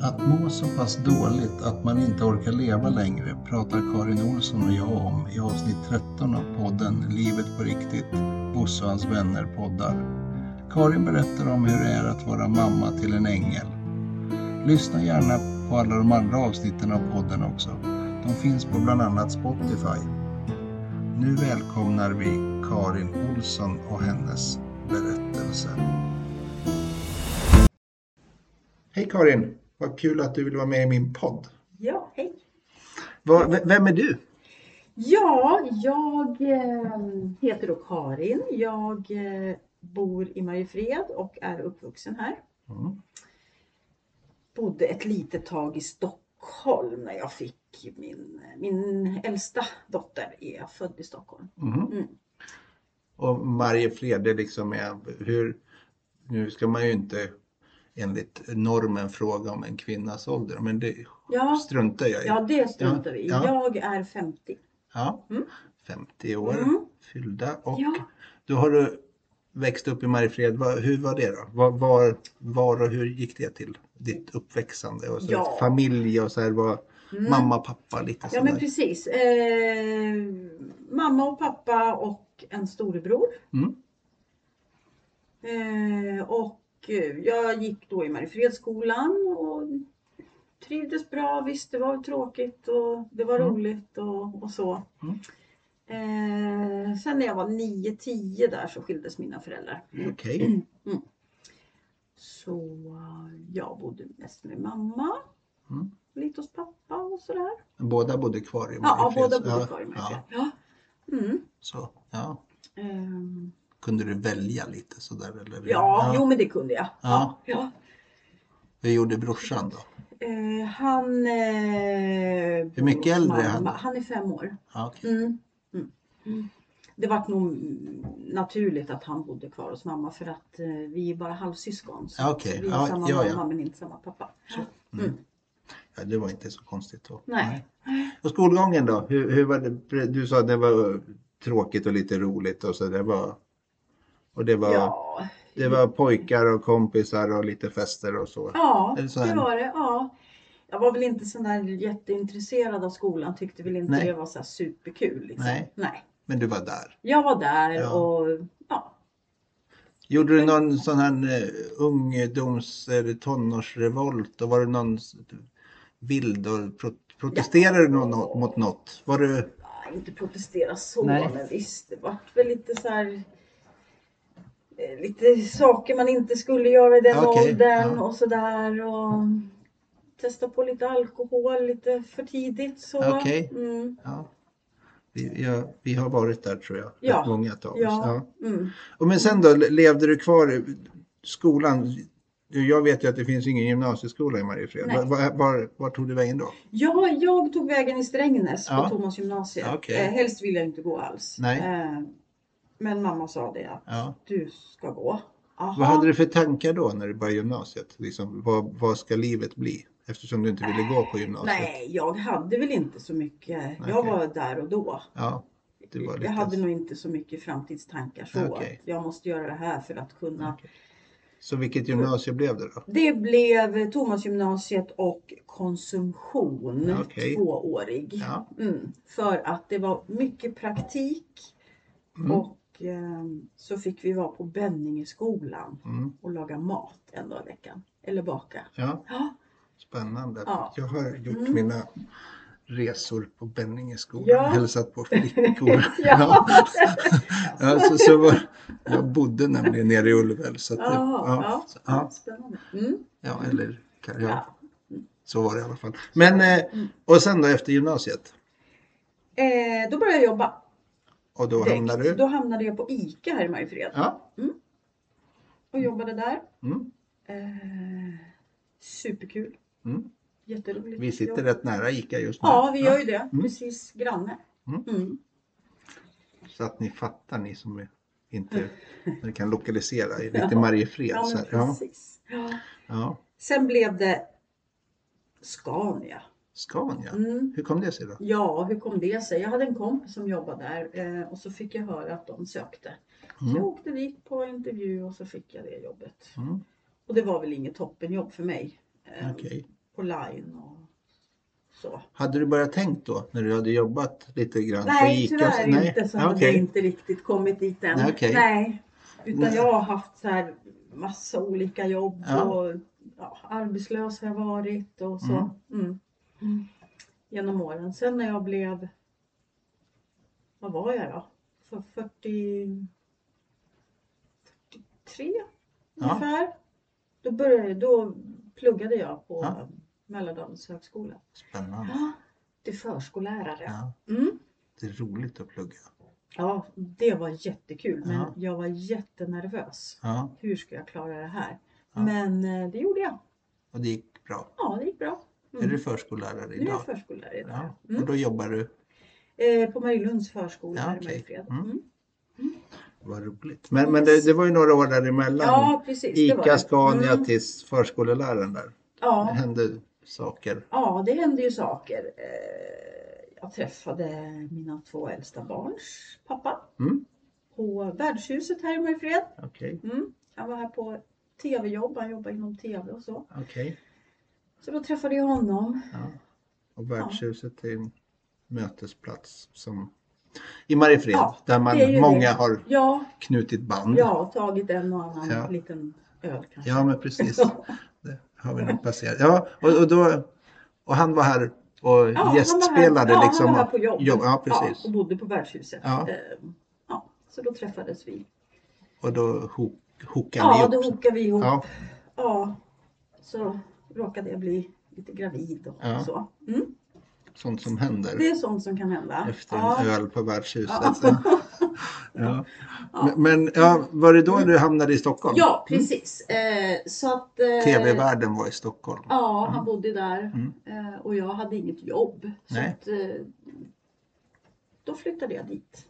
Att må så pass dåligt att man inte orkar leva längre pratar Karin Olsson och jag om i avsnitt 13 av podden Livet på riktigt, Bosse och hans vänner poddar. Karin berättar om hur det är att vara mamma till en ängel. Lyssna gärna på alla de andra avsnitten av podden också. De finns på bland annat Spotify. Nu välkomnar vi Karin Olsson och hennes berättelse. Hej Karin! Vad kul att du vill vara med i min podd. Ja, hej. Vem är du? Ja, jag heter då Karin. Jag bor i Mariefred och är uppvuxen här. Bodde ett litet tag i Stockholm när jag fick min äldsta dotter är född i Stockholm. Och Mariefred, det liksom är hur, nu ska man ju inte enligt normen fråga om en kvinnas ålder, men det struntar jag i. Ja, det struntar vi i. Ja. Jag är 50. Ja, 50 år fyllda och då har du växt upp i Mariefred. Hur var det då? Var och hur gick det till? Ditt uppväxande och så familj och så här var mamma, pappa lite sådär. Ja, men precis. Mamma och pappa och en storebror. Och jag gick då i Mariefredsskolan och trivdes bra. Visst, det var tråkigt och det var roligt och så. Sen när jag var 9-10 där så skildes mina föräldrar. Okej. Så jag bodde mest med mamma. Lite hos pappa och sådär. Båda bodde kvar i Mariefred? Ja, båda bodde kvar i Mariefred. Ja. Så, kunde du välja lite sådär? Eller? Jo men det kunde jag. Ja. Hur gjorde brorsan då? Han... Hur mycket äldre är han? Han är 5 år. Okay. Det var nog naturligt att han bodde kvar hos mamma för att vi är bara halvsyskon. Så vi är samma mamma men inte samma pappa. Ja, det var inte så konstigt då. Nej. Och skolgången då? Hur var det? Du sa att det var tråkigt och lite roligt och så det var... Och det var pojkar och kompisar och lite fester och så. Ja, det var det. Ja. Jag var väl inte sån där jätteintresserad av skolan. Tyckte väl inte det var så här superkul. Liksom. Nej. Men du var där? Jag var där och Gjorde du någon sån här ungdoms- eller tonårsrevolt? Och var det någon vild och protesterade du mot något? Var du... inte protestera så, men visst. Det var väl lite så här... Lite saker man inte skulle göra i den åldern och sådär. Och testa på lite alkohol lite för tidigt. Så. Okej. Ja. Vi har varit där tror jag. Rätt många av oss. Och men sen då, levde du kvar i skolan? Jag vet ju att det finns ingen gymnasieskola i Mariefred. Var tog du vägen då? Ja, jag tog vägen i Strängnäs på Thomas gymnasiet. Helst vill jag inte gå alls. Men mamma sa det att du ska gå. Aha. Vad hade du för tankar då när du började gymnasiet? Liksom, vad ska livet bli? Eftersom du inte ville gå på gymnasiet. Nej, jag hade väl inte så mycket. Jag var där och då. Ja, det var lite... Jag hade nog inte så mycket framtidstankar så. Jag måste göra det här för att kunna... Så vilket gymnasium blev det då? Det blev Thomas gymnasiet och konsumtion. 2-årig. För att det var mycket praktik. Och så fick vi vara på Benningeskolan och laga mat en dag i veckan. Eller baka. Ja. Spännande. Ja. Jag har gjort mina resor på Benningeskolan. Hälsat på flickor. Jag bodde nämligen nere i Ullväl. Så att spännande. Så var det i alla fall. Men, och sen då efter gymnasiet? Då började jag jobba. Och då hamnade jag på ICA här i Mariefred. Och jobbade där. Superkul. Jätteroligt. Vi sitter rätt nära ICA just nu. Ja, vi gör ju det. Precis granne. Så att ni fattar, ni som inte kan lokalisera lite Mariefred. Ja, precis. Ja. Sen blev det Scania. Scania? Hur kom det sig då? Ja, hur kom det sig? Jag hade en kompis som jobbade där och så fick jag höra att de sökte. Så jag åkte dit på intervju och så fick jag det jobbet. Och det var väl inget toppenjobb för mig. på Line och så. Hade du börjat tänkt då när du hade jobbat lite grann? Nej, tyvärr inte. Så hade jag inte riktigt kommit dit än. Nej. Utan jag har haft så här massa olika jobb och arbetslös har jag varit och så. Genom åren. Sen när jag blev, vad var jag då? För 43 ungefär. Då pluggade jag på Mälardalens högskola. Spännande. Ja, till förskollärare. Ja. Det är roligt att plugga. Ja, det var jättekul. Men jag var jättenervös. Ja. Hur ska jag klara det här? Ja. Men det gjorde jag. Och det gick bra? Ja, det gick bra. Är du förskollärare idag? Nu är jag förskollärare idag. Ja. Och då jobbar du? På Marielunds förskola här i Mariefred. Vad roligt. Men det var ju några år däremellan. Ja, precis. Ica, Scania tills förskoleläraren där. Ja. Det hände saker. Ja, det hände ju saker. Jag träffade mina 2 äldsta barns pappa. På värdshuset här i Mariefred. Okay. Han var här på tv-jobb. Han jobbar inom tv och så. Okay. Så då träffade jag honom. Ja. Och värdshuset är en mötesplats som i Mariefred. Där många har knutit band. Ja, tagit en och annan liten öl kanske. Ja, men precis. Det har vi nog passerat. Ja, och han var här och gästspelade liksom. Han var här på jobb. Ja, precis. Och bodde på värdshuset. Ja. Så då träffades vi. Och då hookade vi ihop. Ja, då hookade vi ihop. Ja. Så råkade jag bli lite gravid och så. Sånt som händer. Det är sånt som kan hända. Efter en öl på värdshuset. Ja. Men var det då du hamnade i Stockholm? Ja, precis. Så att, TV-världen var i Stockholm. Ja, han bodde där. Och jag hade inget jobb. Så att, då flyttade jag dit.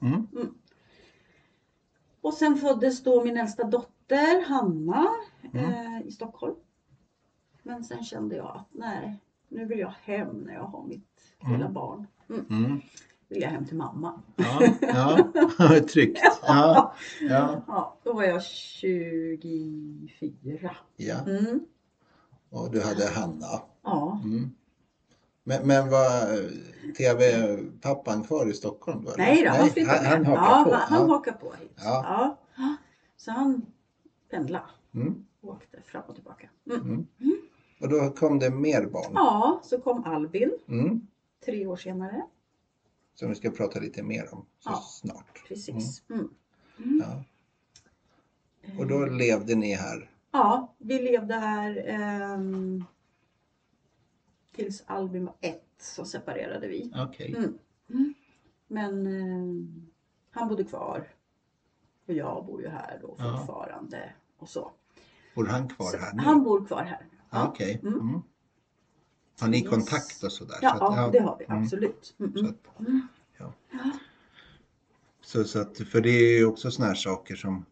Och sen föddes då min äldsta dotter, Hanna, i Stockholm. Men sen kände jag att nu vill jag hem när jag har mitt lilla barn. Vill jag hem till mamma. Ja, tryggt. Ja. Då var jag 24. Ja. Och du hade Hanna. Ja. Men var tv-pappan kvar i Stockholm då? Nej då, han flyttade han hakade på. Han hakade på hit. Ja. Så han pendlade. Åkte fram och tillbaka. Och då kom det mer barn? Ja, så kom Albin 3 år senare. Som vi ska prata lite mer om snart. Precis. Ja. Och då levde ni här? Ja, vi levde här tills Albin var 1, så separerade vi. Okej. Men han bodde kvar. Och jag bor ju här då fortfarande. Och så. Bor han kvar här nu? Han bor kvar här. Okej. Har ni kontakt och sådär? Ja, det har vi. Absolut. Så att, för det är ju också såna här saker som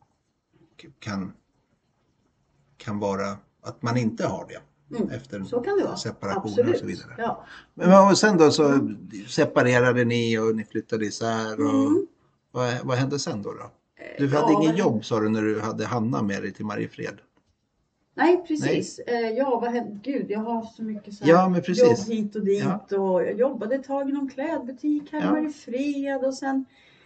kan vara att man inte har det. Efter så kan det vara. Separation och så vidare. Ja. Men sen då så separerade ni och ni flyttade isär. Och vad hände sen då? Du hade ingen jobb, sa du, när du hade Hanna med dig till Mariefred? Nej, precis. Vad hände? Gud, jag har haft så mycket så jobb hit och dit. Och jag jobbade ett tag i någon klädbutik här i Mariefred. Och sen...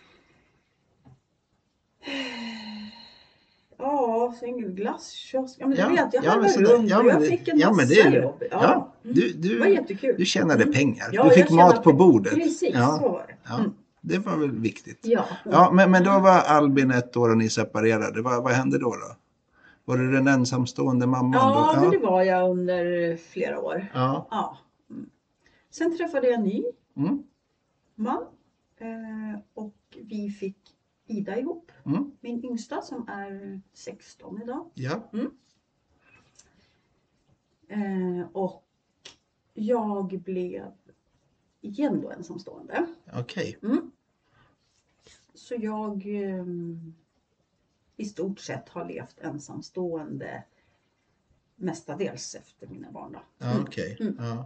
sen glasskiosk. Ja, men du vet, jag hade runt och jag fick en massa jobb. Det var jättekul. Du tjänade pengar. Du fick mat på bordet. Precis, så var det. Det var väl viktigt. Ja. Men då var Albin 1 år och ni separerade. Vad hände då? Var du den ensamstående mamman? Ja, men det var jag under flera år. Ja. Sen träffade jag en ny man. Och vi fick Ida ihop. Min yngsta som är 16 idag. Ja. Och jag blev igen då ensamstående. Okej. Så jag i stort sett har levt ensamstående mestadels efter mina barn då. Okej.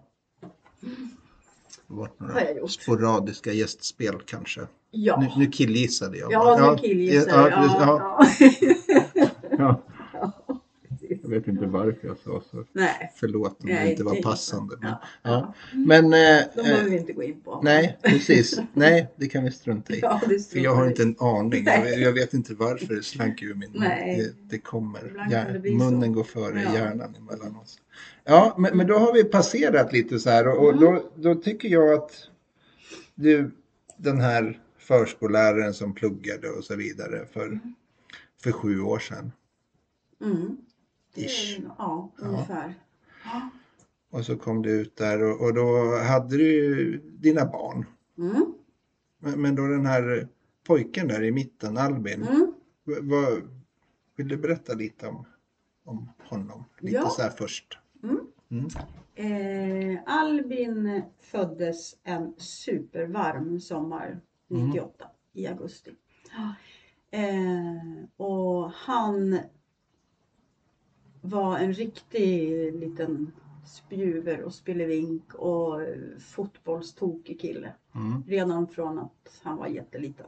Det var några sporadiska gästspel kanske. Ja. Nu killgissade jag. Ja, nu killgissade jag. Jag vet inte varför jag sa så. Nej. Förlåt om det inte var passande. Men, ja. Men, de behöver vi inte gå in på. Nej, precis. Nej, det kan vi strunta i. Ja, för jag har inte en aning. Jag vet inte varför det slank ur min mun. Det kommer. Munnen går före hjärnan emellan oss. Ja, men då har vi passerat lite så här. Och då tycker jag att den här förskolläraren som pluggade och så vidare för 7 år sedan. Ja, ungefär. Ja. Och så kom du ut där och då hade du dina barn. Men då den här pojken där i mitten, Albin. Vill du berätta lite om honom? Lite så här först. Albin föddes en supervarm sommar 98 i augusti. Och han var en riktig liten spjuver och spelevink och fotbollstokig kille. Redan från att han var jätteliten.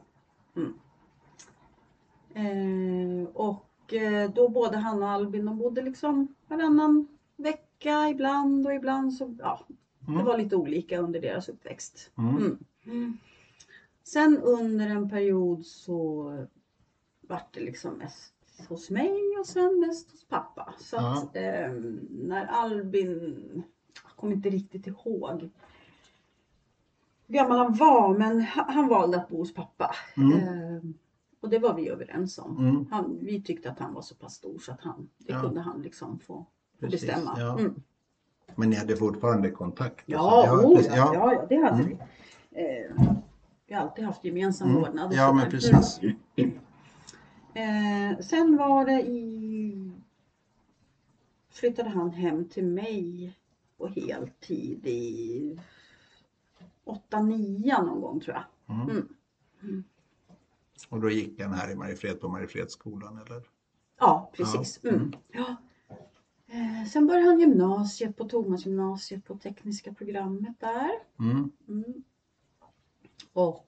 Och då både han och Albin, de bodde liksom varannan vecka ibland och ibland så, det var lite olika under deras uppväxt. Sen under en period så var det liksom mest hos mig och sen mest hos pappa. Så att när Albin, jag kommer inte riktigt ihåg hur gammal han var, men han valde att bo hos pappa. Och det var vi överens om. Vi tyckte att han var så pass stor så att det kunde han liksom få bestämma. Ja. Men ni hade fortfarande kontakt? Ja, det hade vi. Vi har alltid haft gemensam vårdnad. Ja, men precis. Sen var det flyttade han hem till mig på heltid i 8-9 någon gång tror jag. Och då gick han här i Mariefred på Mariefredsskolan eller? Ja, precis. Ja. Sen började han gymnasiet på Thomasgymnasiet på tekniska programmet där. Och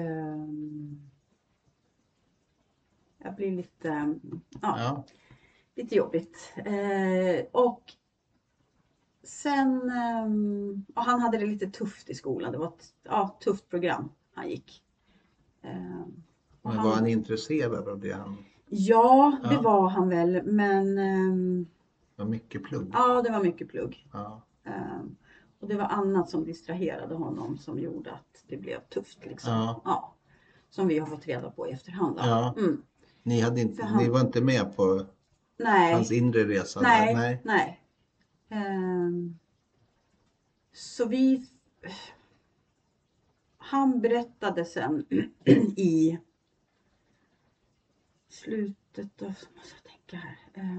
jag blir lite lite jobbigt. Och sen och han hade det lite tufft i skolan. Det var ett tufft program han gick. Men var han intresserad av det han? Ja, det var han väl, men det var mycket plugg. Ja, det var mycket plugg. Ja. Och det var annat som distraherade honom som gjorde att det blev tufft liksom. Ja. Som vi har fått reda på i efterhand. Ja. Ni var inte med på hans inre resa? Nej. Så han berättade sen i slutet av, måste jag tänka här.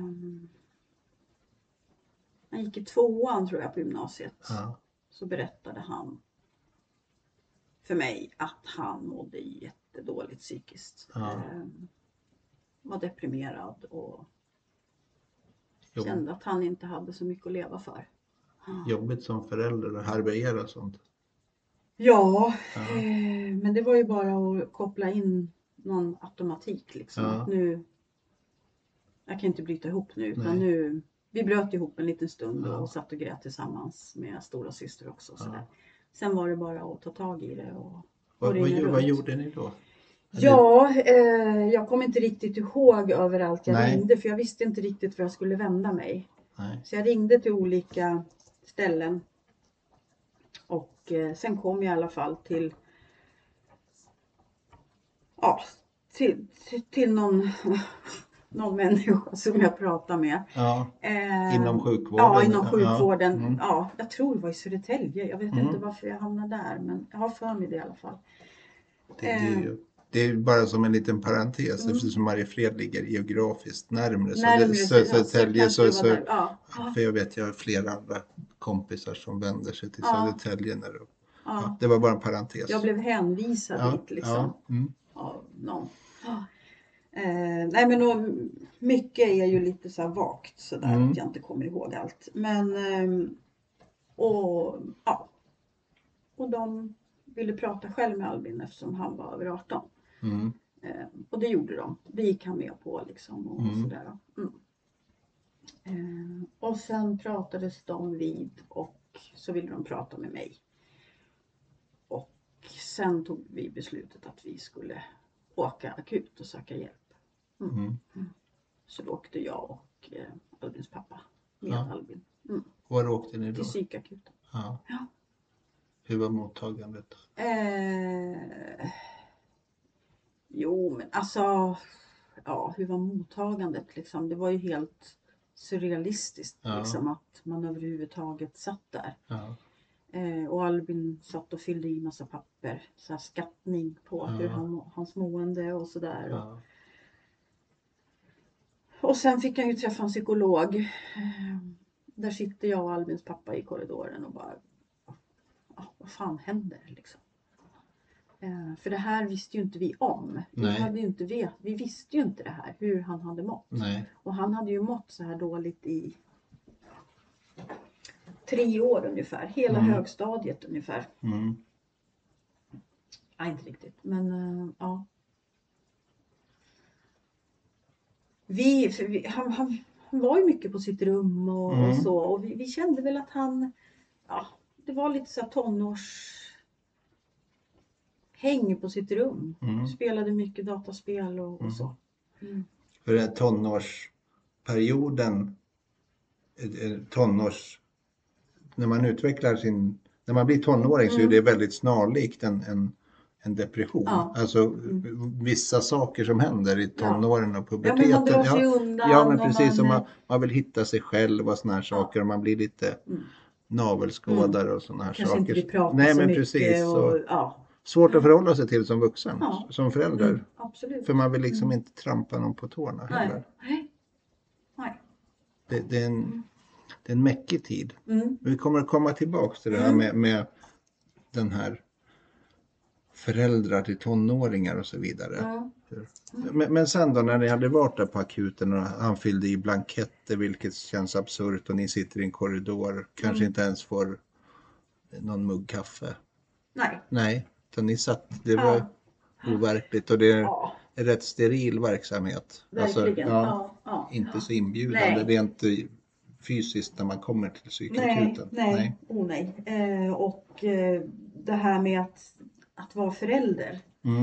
Han gick i 2:an tror jag på gymnasiet. Så berättade han för mig att han mådde jättedåligt psykiskt. Var deprimerad och kände att han inte hade så mycket att leva för. Jobbigt som förälder att härbärgera sånt. Ja, men det var ju bara att koppla in någon automatik liksom. Nu, jag kan inte bryta ihop nu, utan nu, vi bröt ihop en liten stund och satt och grät tillsammans med stora syster också. Så där. Sen var det bara att ta tag i det och vad gjorde ni då? Ja, jag kom inte riktigt ihåg överallt jag ringde, för jag visste inte riktigt var jag skulle vända mig. Så jag ringde till olika ställen. Och sen kom jag i alla fall till någon människa som jag pratade med. Inom sjukvården? Ja, inom sjukvården. Ja, jag tror det var i Södertälje. Jag vet inte varför jag hamnade där, men jag har för mig det i alla fall. Det är bara som en liten parentes, eftersom Mariefred ligger geografiskt närmare Södertälje. För jag vet, jag har flera andra kompisar som vänder sig till Södertälje. Det var bara en parentes. Jag blev hänvisad dit liksom. Av någon. Nej, men mycket är ju lite så här vagt sådär att jag inte kommer ihåg allt. Men och de ville prata själv med Albin eftersom han var över 18. Och det gjorde de. Det gick han med på liksom och sådär. Och sen pratades de vid och så ville de prata med mig. Och sen tog vi beslutet att vi skulle åka akut och söka hjälp. Så då åkte jag och Albins pappa med Albin. Var åkte ni då? Till psykakuten. Ja. Hur var mottagandet? Jo, men alltså, hur var mottagandet liksom? Det var ju helt surrealistiskt liksom, att man överhuvudtaget satt där. Ja. Och Albin satt och fyllde i massa papper, så här skattning på hur hans mående och sådär. Ja. Och sen fick han ju träffa en psykolog. Där sitter jag och Albins pappa i korridoren och bara, vad fan händer liksom? För det här visste ju inte vi om. Vi visste ju inte det här, hur han hade mått. Nej. Och han hade ju mått så här dåligt i 3 år ungefär. Hela högstadiet ungefär. Nej, inte riktigt. Men ja. Han var ju mycket på sitt rum och så. Och vi kände väl att han, det var lite så här tonårshäng på sitt rum. Spelade mycket dataspel och så. För den tonårsperioden, när man utvecklar när man blir tonåring så är det väldigt snarlikt en depression. Ja. Alltså vissa saker som händer i tonåren och puberteten. Ja, men man drar sig undan. Ja, men precis. Man vill hitta sig själv och såna här saker. Och man blir lite navelskådare och såna här kanske saker. Inte vi pratar Nej, så men mycket. Precis. Svårt att förhålla sig till som vuxen, som förälder. Absolut. För man vill liksom inte trampa någon på tårna heller. Nej. Det är en mäckig tid. Vi kommer att komma tillbaka till det här med den här föräldrar till tonåringar och så vidare. Men sen då när ni hade varit där på akuten och han fyllde i blanketter, vilket känns absurt, och ni sitter i en korridor, kanske inte ens får någon mugg kaffe. Nej, utan ni satt, det var overkligt och det är en rätt steril verksamhet. Verkligen. Alltså, inte så inbjudande, det är inte fysiskt när man kommer till psykakuten. Nej. Och det här med att vara förälder.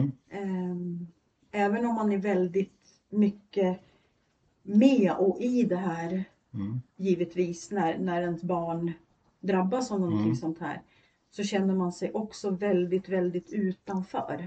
Även om man är väldigt mycket med och i det här, givetvis när ens barn drabbas av någonting sånt här, så känner man sig också väldigt, väldigt utanför.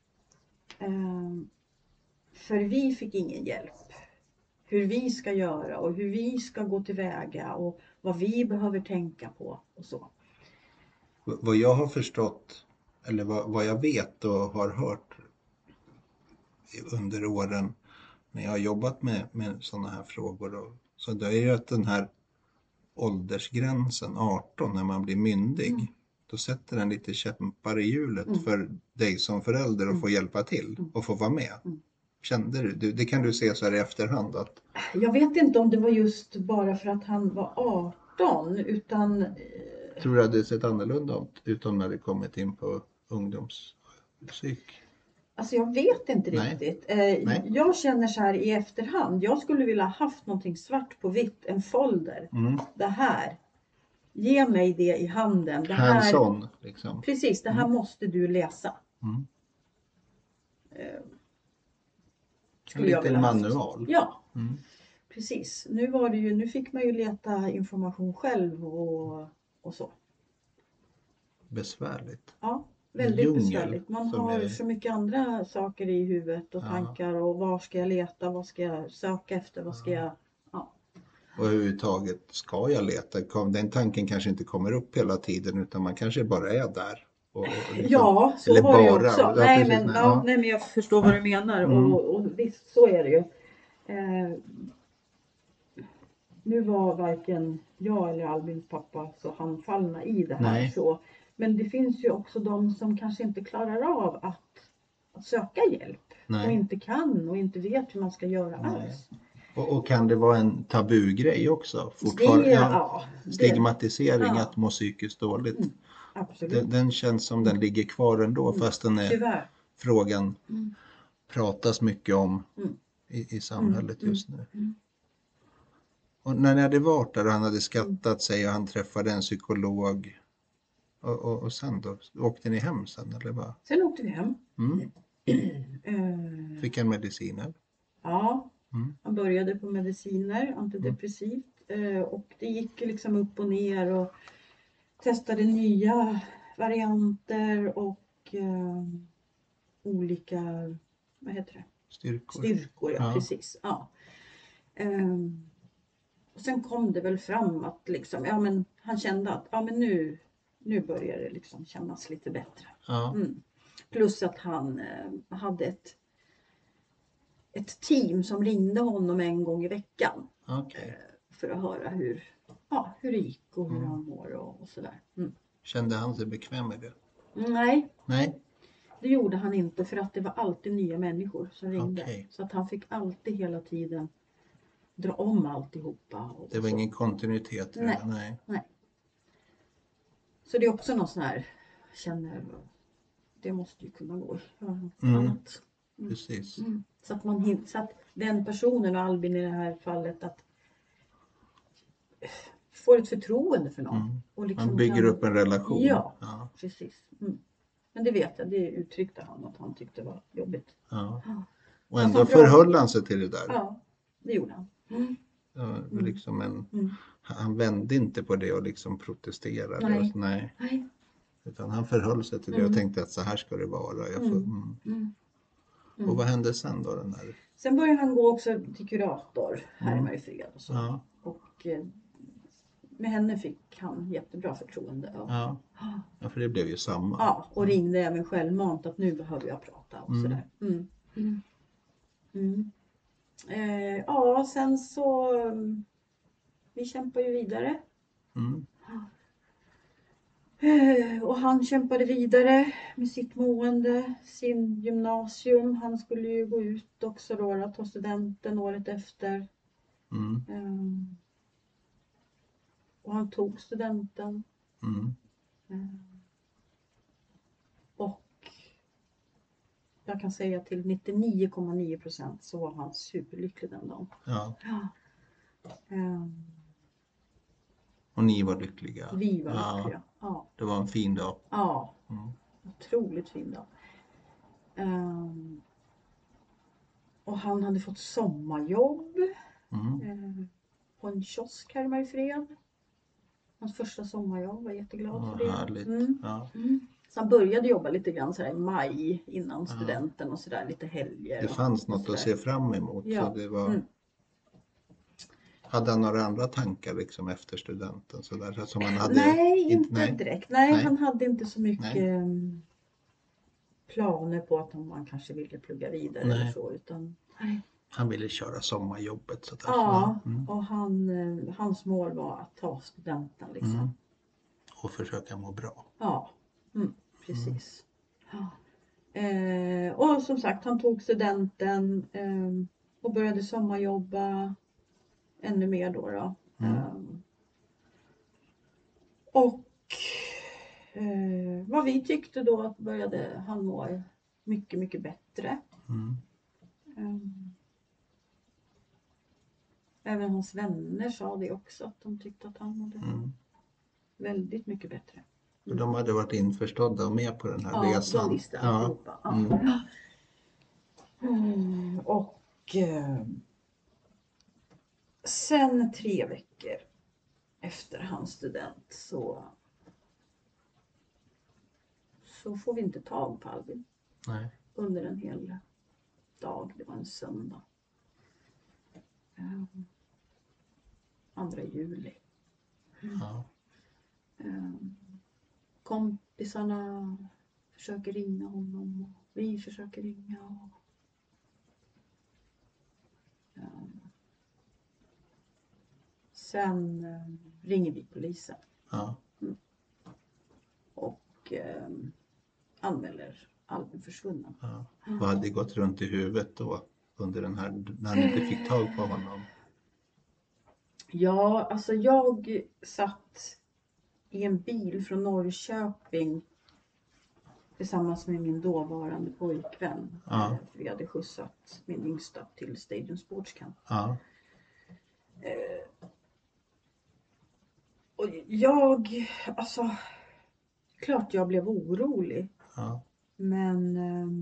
För vi fick ingen hjälp. Hur vi ska göra och hur vi ska gå tillväga och vad vi behöver tänka på och så. Vad jag har förstått, eller vad jag vet och har hört under åren när jag har jobbat med sådana här frågor, så det är ju att den här åldersgränsen 18 när man blir myndig, då sätter den lite kämpar i hjulet för dig som förälder att få hjälpa till och få vara med. Kände du? Det kan du se så här i efterhand att... Jag vet inte om det var just bara för att han var 18 utan... Tror du att det sett annorlunda ut om när det kommit in på ungdomspsyk? Alltså jag vet inte riktigt. Jag känner så här i efterhand. Jag skulle vilja ha haft någonting svart på vitt. En folder. Det här. Ge mig det i handen. Det här, hands-on liksom. Precis, det här måste du läsa. En liten manual. Ja, precis. Nu fick man ju leta information själv och så. Besvärligt. Ja, väldigt besvärligt. Man har så mycket andra saker i huvudet och tankar och var ska jag leta, vad ska jag söka efter, vad ska jag... Och överhuvudtaget ska jag leta? Den tanken kanske inte kommer upp hela tiden utan man kanske bara är där. Ja, så eller var det bara, också. Nej, men jag förstår vad du menar och visst så är det ju. Nu var varken jag eller Albins pappa så handfallna i det här. Så. Men det finns ju också de som kanske inte klarar av att söka hjälp. Och inte kan och inte vet hur man ska göra alls. Och kan det vara en tabugrej också? Fortfarande stigmatisering att må psykiskt dåligt. Absolut. Den känns som den ligger kvar ändå fast den är frågan pratas mycket om i samhället just nu. Och när ni hade varit där och han hade skattat sig och han träffade en psykolog och sen då? Åkte ni hem sen eller vad? Sen åkte vi hem. Fick han mediciner? Ja, han började på mediciner, antidepressivt. Och det gick liksom upp och ner och testade nya varianter och olika, vad heter det? Styrkor, ja. Precis. Ja. Och sen kom det väl fram att liksom, ja men han kände att ja men nu börjar det liksom kännas lite bättre. Ja. Plus att han hade ett team som ringde honom en gång i veckan. Okay. För att höra hur det gick och hur han mår och sådär. Kände han sig bekväm med det? Nej. Nej. Det gjorde han inte för att det var alltid nya människor som ringde. Okay. Så att han fick alltid hela tiden dra om alltihopa. Det var ingen kontinuitet? Nej. Så det är också något sån här, känner det måste ju kunna gå annat. Precis. Så att så att den personen och Albin i det här fallet att får ett förtroende för någon. Och liksom man bygger upp en relation. Ja. Precis. Men det vet jag, det uttryckte han att han tyckte var jobbigt. Ja. Och ändå förhöll han sig till det där. Ja, det gjorde han. Liksom han vände inte på det och liksom protesterade. Nej. Utan han förhöll sig till det och tänkte att så här ska det vara. Och vad hände sen då? Sen började han gå också till kurator här i Mariefred och så. Ja. Och med henne fick han jättebra förtroende. Ja, för det blev ju samma. Ja, och ringde även självmant att nu behöver jag prata och sådär. Sen så vi kämpar ju vidare. Och han kämpade vidare med sitt mående, sin gymnasium. Han skulle ju gå ut också då, ta studenten året efter. Och han tog studenten. Och jag kan säga till 99,9% så var han superlycklig den dagen. Ja. Och ni var lyckliga? Vi var lyckliga, ja. Det var en fin dag. Ja, otroligt fin dag. Och han hade fått sommarjobb på en kiosk här i Mariefred. Hans första sommarjobb, var jätteglad för det. Härligt. Så han började jobba lite grann så här i maj innan studenten och sådär, lite helger. Det fanns något att se fram emot. Ja. Så det var... Hade han några andra tankar liksom efter studenten? Så där, som han hade... Nej, inte direkt. Nej, han hade inte så mycket planer på att man kanske ville plugga vidare eller så. Utan, han ville köra sommarjobbet. Så där. Ja, och hans mål var att ta studenten liksom. Och försöka må bra. Ja, precis. Och som sagt, han tog studenten och började sommarjobba ännu mer då. Och vad vi tyckte då att började han må mycket, mycket bättre. Även hans vänner sa det också, att de tyckte att han mådde väldigt mycket bättre. Och de hade varit införstådda och med på den här resan. De visste alltihopa. Och sen 3 veckor efter hans student så får vi inte tag på Albin. Nej. Under en hel dag, det var en söndag. 2 juli. Kompisarna försöker ringa honom och vi försöker ringa. Sen ringer vi polisen. Och anmäler Albin försvunnen. Vad hade gått runt i huvudet då under den här, när ni inte fick tag på honom? Ja, alltså jag satt i en bil från Norrköping tillsammans med min dåvarande pojkvän. Vi hade skjutsat min yngsta till Stadium Sports Camp. Och alltså, klart jag blev orolig. Ja. Men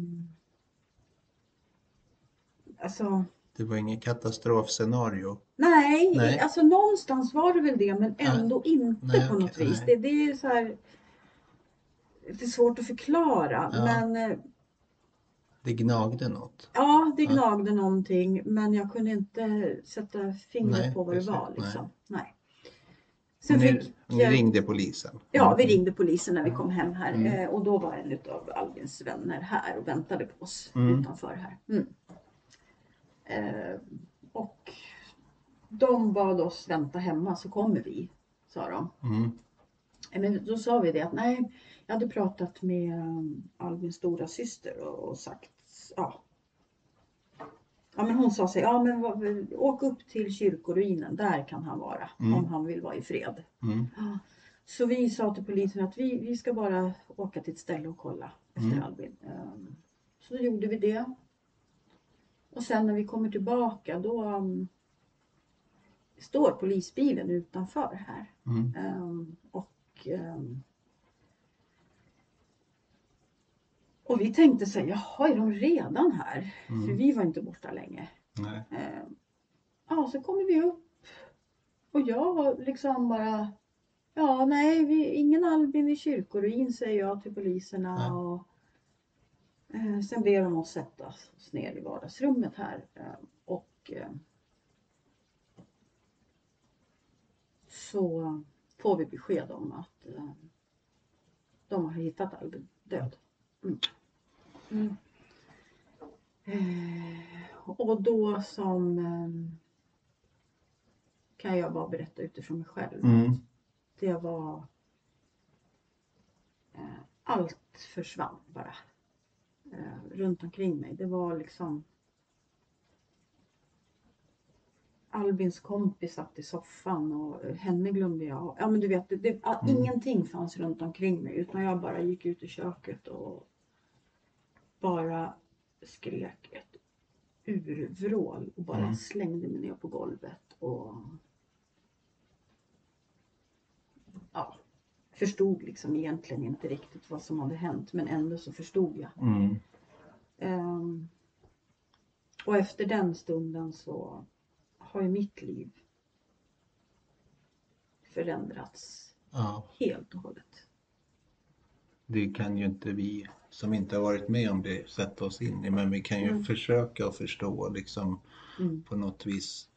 alltså... Det var ingen katastrofscenario? Nej, alltså någonstans var det väl det, men ändå inte på något vis. Det är så här... Det är svårt att förklara, men... Det gnagde något? Ja, det gnagde någonting, men jag kunde inte sätta fingret på vad det var. Liksom. Nej. Sen ni ringde polisen? Ja, vi ringde polisen när vi kom hem här. Och då var en av Albins vänner här och väntade på oss utanför här. Och de bad oss vänta hemma, så kommer vi, sa de. Men då sa vi det att nej, jag hade pratat med Albins stora syster och sagt, ja men hon sa sig, åk upp till kyrkoruinen, där kan han vara om han vill vara i fred. Så vi sa till polisen att vi ska bara åka till ett ställe och kolla efter Albin. Så då gjorde vi det. Och sen när vi kommer tillbaka då står polisbilen utanför här. Och vi tänkte så här, jaha, är de redan här? För vi var inte borta länge. Nej. Så kommer vi upp. Och jag liksom bara, ingen Albin i kyrkoruin, säger jag till poliserna. Och sen ber de oss sätta oss ner i vardagsrummet här. Och så får vi besked om att de har hittat Albin död. Och då kan jag bara berätta utifrån mig själv. Det var allt försvann bara runt omkring mig. Det var liksom Albins kompis satt i soffan och henne glömde jag. Ja, men du vet, ingenting fanns runt omkring mig, utan jag bara gick ut i köket och bara skrek ett urvrål och bara slängde mig ner på golvet och förstod liksom egentligen inte riktigt vad som hade hänt, men ändå så förstod jag. Och efter den stunden så har ju mitt liv förändrats helt och hållet. Det kan ju inte vi som inte har varit med om det sätta oss in i, men vi kan ju försöka att förstå liksom på något vis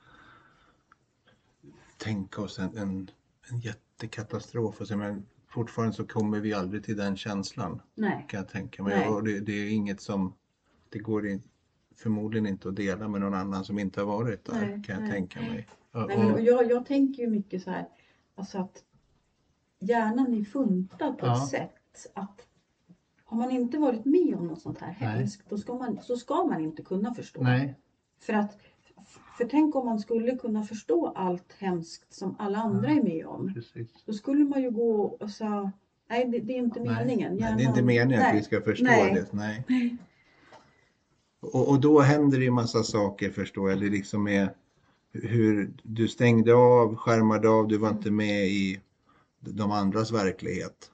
tänka oss en jättekatastrof. Och så, men fortfarande så kommer vi aldrig till den känslan. Nej. Kan jag tänka mig. Och det är inget som, det går förmodligen inte att dela med någon annan som inte har varit där, kan jag tänka mig. Och jag tänker ju mycket så här, alltså att hjärnan är funtad på ett sätt att har man inte varit med om något sånt här hemskt, då ska man inte kunna förstå. Nej. För tänk om man skulle kunna förstå allt hemskt som alla andra är med om. Precis. Då skulle man ju gå och säga, nej det är inte meningen. Nej, det är inte meningen att vi ska förstå det. Nej. Och då händer det ju massa saker, förstår jag. Det liksom är hur du stängde av, skärmade av, du var inte med i de andras verklighet.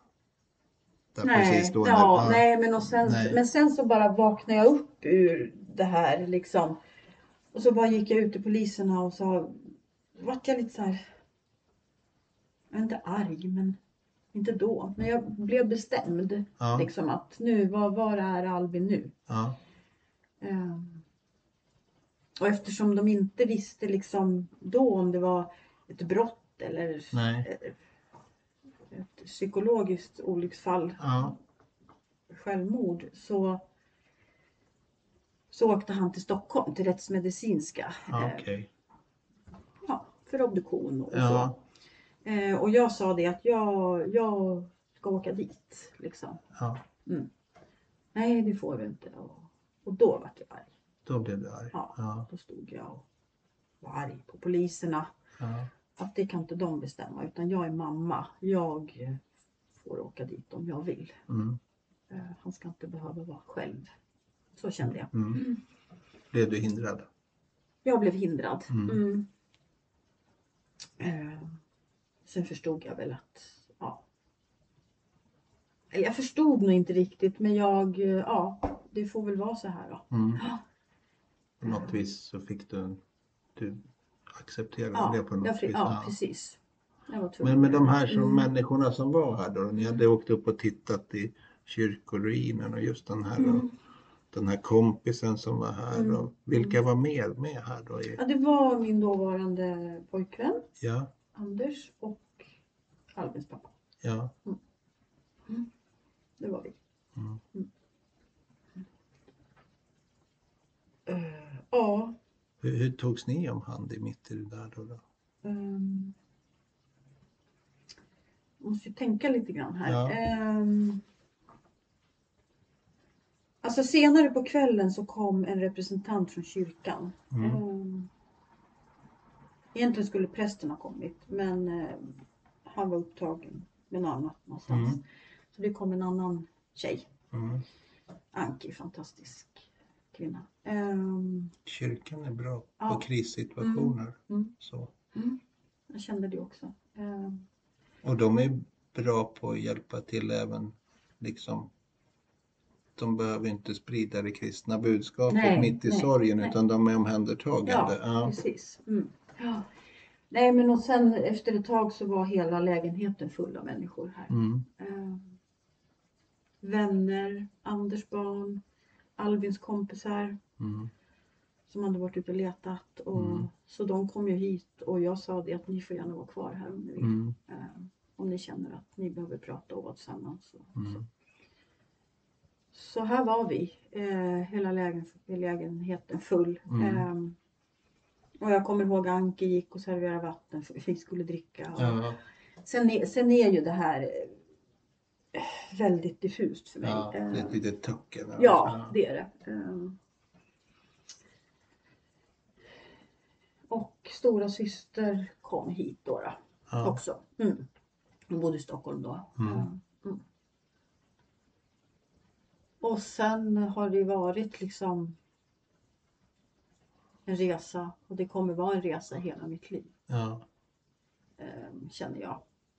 Men sen så bara vaknade jag upp ur det här liksom. Och så bara gick jag ut till poliserna och så vart jag lite så här, jag är inte arg, men inte då. Men jag blev bestämd liksom att nu, var är Albin nu? Och eftersom de inte visste liksom då om det var ett brott eller ett psykologiskt olycksfall, självmord, så åkte han till Stockholm till rättsmedicinska för obduktion och så. Och jag sa det att jag ska åka dit liksom. Nej, det får du inte. Och då var jag arg. Då blev du arg? Då stod jag och var arg på poliserna. Att det kan inte de bestämma, utan jag är mamma. Jag får åka dit om jag vill. Han ska inte behöva vara själv. Så kände jag. Blev du hindrad? Jag blev hindrad. sen förstod jag väl att, eller jag förstod nog inte riktigt, men det får väl vara så här då. På något vis så fick du acceptera det på något vis. Ja, precis. Men med de här människorna som var här då, ni hade åkt upp och tittat i kyrkoruinen och just den här kompisen som var här. Och vilka var med här då? Ja, det var min dåvarande pojkvän, Anders, och Albins pappa. Ja. Det var vi. Ja. Hur togs ni om hand i mitt i det där då? Måste ju tänka lite grann här. Ja. Alltså senare på kvällen så kom en representant från kyrkan. Egentligen skulle prästen ha kommit, men han var upptagen med något annat någonstans. Så det kom en annan tjej. Anki, fantastisk kvinna. Kyrkan är bra på krissituationer. Så. Jag kände det också. Och de är bra på att hjälpa till även liksom. De behöver inte sprida det kristna budskapet mitt i sorgen, utan de är omhändertagande. Ja, precis. Ja. Nej, men och sen efter ett tag så var hela lägenheten full av människor här. Vänner, Anders barn, Albins kompisar som hade varit ute och letat. Och, så de kom ju hit och jag sa det att ni får gärna vara kvar här om ni vill. Om ni känner att ni behöver prata och vara tillsammans. Så här var vi, hela lägenheten full. Och jag kommer ihåg att Anke gick och serverade vatten för vi skulle dricka. Sen är ju det här väldigt diffust för mig. Ja, det är ett litet töcken. Ja, det är det. Och stora syster kom hit då också. Hon bodde i Stockholm då. Och sen har det varit liksom en resa. Och det kommer vara en resa hela mitt liv. Känner jag.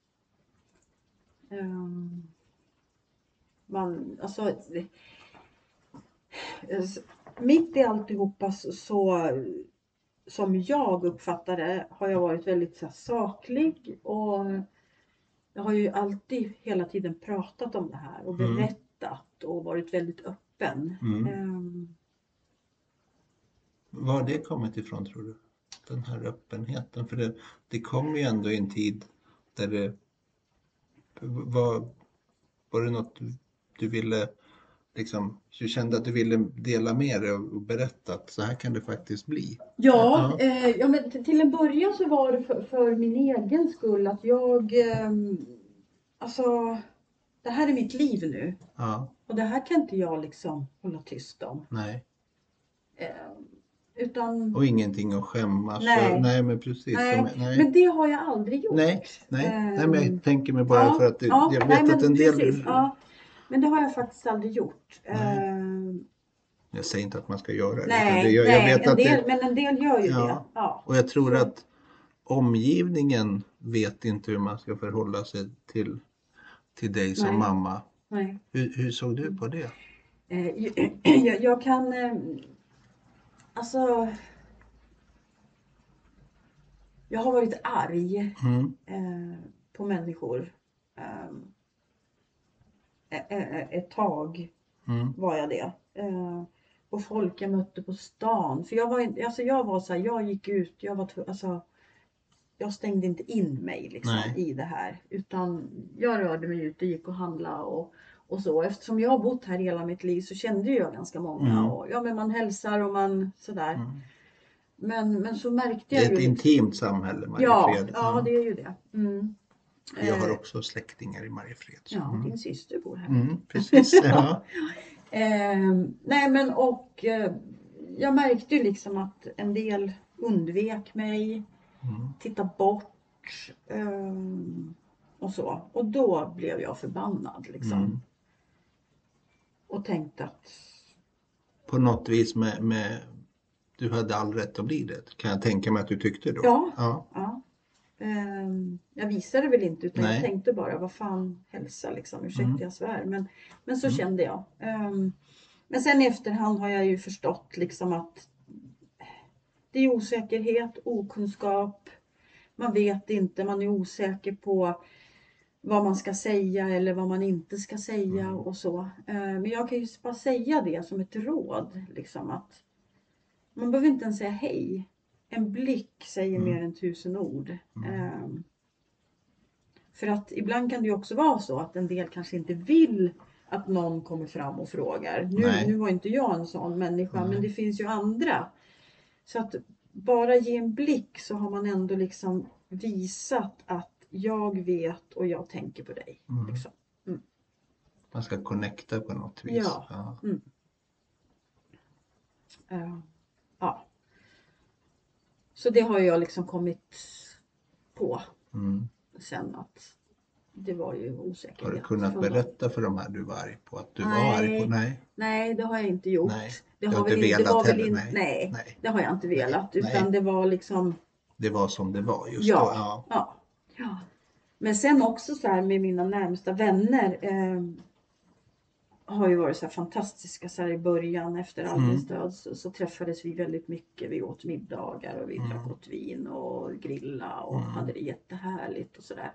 Mitt i alltihopa så som jag uppfattar det har jag varit väldigt så saklig. Och jag har ju alltid hela tiden pratat om det här och berättat och varit väldigt öppen. Var har det kommit ifrån tror du? Den här öppenheten. För det kom ju ändå i en tid där det var det något du ville liksom, du kände att du ville dela med dig och berätta att så här kan det faktiskt bli. Ja, men till en början så var det för min egen skull att jag det här är mitt liv nu. Och det här kan inte jag liksom hålla tyst om. Nej. Utan... Och ingenting att skämmas. Nej, men precis. Nej. Men det har jag aldrig gjort. Nej, men jag tänker mig bara för att jag vet att en del... Precis, men det har jag faktiskt aldrig gjort. Jag säger inte att man ska göra det. Men en del gör ju det. Ja. Och jag tror att omgivningen vet inte hur man ska förhålla sig till dig som mamma. Nej. Hur såg du på det? Jag kan... jag har varit arg på människor. Ett tag var jag det. Och folk jag mötte på stan. För jag var så här, jag gick ut, jag stängde inte in mig liksom i det här. Utan jag rörde mig ut och gick och handlade och så. Eftersom jag har bott här hela mitt liv så kände jag ganska många. Och, men man hälsar och man sådär. Men så märkte jag ju... Det är ett intimt samhälle, Mariefred. Ja, det är ju det. Jag har också släktingar i Mariefred. Ja, din syster bor här. Precis, ja. Nej, men och jag märkte ju liksom att en del undvek mig. Titta bort. Och så. Och då blev jag förbannad liksom. Och tänkte att... På något vis med du hade all rätt att bli det. Kan jag tänka mig att du tyckte då? Ja. Jag visade väl inte utan jag tänkte bara, vad fan hälsa liksom, ursäkta jag svär. Men så kände jag. Men sen i efterhand har jag ju förstått liksom att det är osäkerhet, okunskap. Man vet inte, man är osäker på vad man ska säga eller vad man inte ska säga och så. Men jag kan ju bara säga det som ett råd. Liksom, att man behöver inte ens säga hej. En blick säger mer än 1000 ord. För att ibland kan det ju också vara så att en del kanske inte vill att någon kommer fram och frågar. Nu var inte jag en sån människa, men det finns ju andra. Så att bara ge en blick så har man ändå liksom visat att jag vet och jag tänker på dig. Liksom. Man ska connecta på något vis. Ja. Ja. Så det har jag liksom kommit på sen att det var ju osäkerhet. Har du kunnat berätta för de här du var arg på att du var arg på? Nej, det har jag inte gjort. Nej, det har inte velat heller. Nej, det har jag inte velat. Utan det var liksom... Det var som det var just då. Ja. Men sen också så här med mina närmsta vänner har ju varit så här fantastiska så här i början efter Albins död så träffades vi väldigt mycket. Vi åt middagar och vi drack gott vin och grilla och hade det jättehärligt och sådär.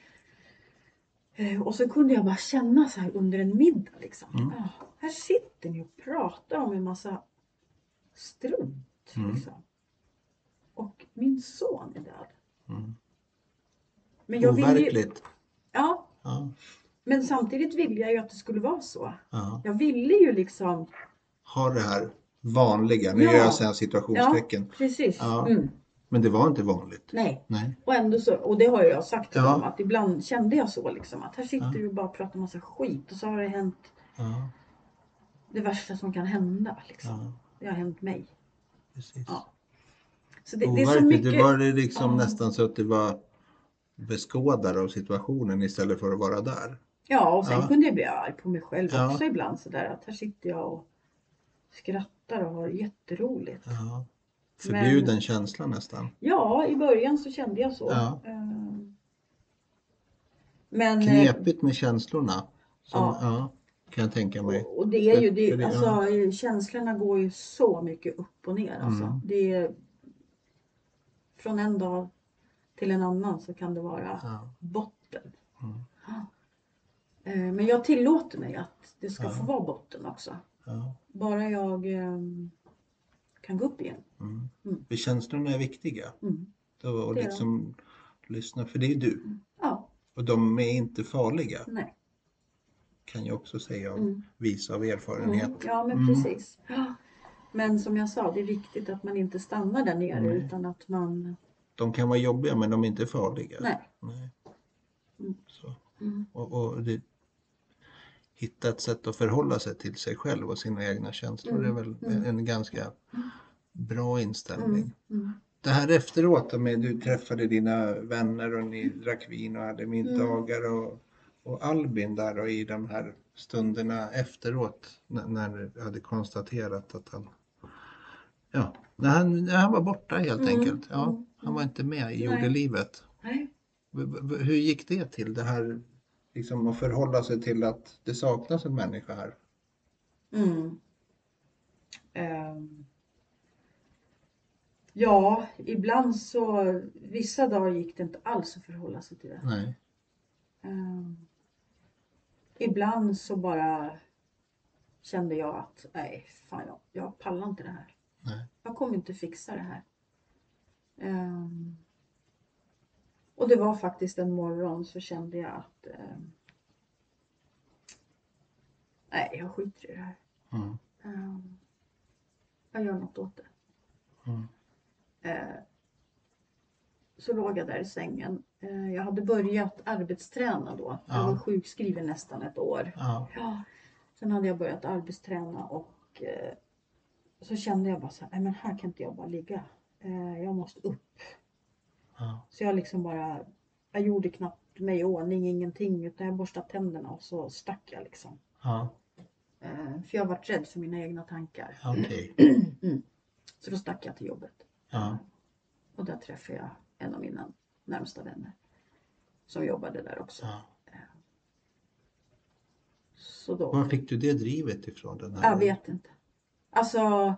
Och så kunde jag bara känna så här under en middag liksom. Här sitter ni och pratar om en massa strunt liksom. Och min son är död. Men jag overkligt. Ja. Men samtidigt ville jag ju att det skulle vara så. Jag ville ju liksom ha det här vanliga. Nu gör jag sen situationstecken. Ja, precis. Men det var inte vanligt. Nej. Och ändå så, och det har jag sagt till dem, att ibland kände jag så liksom, att här sitter du och bara pratar massa skit och så har det hänt det värsta som kan hända liksom. Det har hänt mig. Precis. Så det är så mycket. Det var liksom nästan så att det var beskådare av situationen istället för att vara där. Ja, och sen kunde jag bli arg på mig själv också ibland sådär, att här sitter jag och skrattar och har jätteroligt. Förbjuden känsla nästan. Ja, i början så kände jag så. Men knepigt med känslorna. Kan jag tänka mig. Och det är ju alltså känslorna går ju så mycket upp och ner alltså. Det är från en dag till en annan så kan det vara botten. Men jag tillåter mig att det ska få vara botten också. Bara jag kan gå upp igen. För känslorna är viktiga. Och liksom lyssna, för det är du. Och de är inte farliga. Nej. Kan jag också säga visa av erfarenhet. Ja, men precis. Men som jag sa, det är viktigt att man inte stannar där nere utan att man... De kan vara jobbiga men de är inte farliga. Nej. Så. Och det, hitta ett sätt att förhålla sig till sig själv och sina egna känslor är väl en ganska bra inställning. Det här efteråt med du träffade dina vänner och ni drack vin och hade middagar och Albin där och i de här stunderna efteråt när du hade konstaterat att när han var borta helt enkelt. Han var inte med i jordelivet. Nej. Hur gick det till det här liksom att förhålla sig till att det saknas en människa här? Ja, ibland så vissa dagar gick det inte alls att förhålla sig till det. Nej. Ibland så bara kände jag att nej, fan jag pallar inte det här. Nej. Jag kommer inte fixa det här. Och det var faktiskt en morgon så kände jag att nej, jag skiter i det här. Jag gör något åt det. Så låg jag där i sängen. Jag hade börjat arbetsträna då. Jag var sjukskriven nästan ett år. Sen hade jag börjat arbetsträna och så kände jag bara så här, nej men här kan inte jag bara ligga. Jag måste upp. Så jag liksom bara, jag gjorde knappt mig i ordning, ingenting. Utan jag borstade tänderna och så stack jag liksom. För jag var rädd för mina egna tankar. Så då stack jag till jobbet. Och där träffade jag en av mina närmsta vänner som jobbade där också. Ja. Så då. Var fick du det drivet ifrån? Den här? Jag vet inte. Alltså,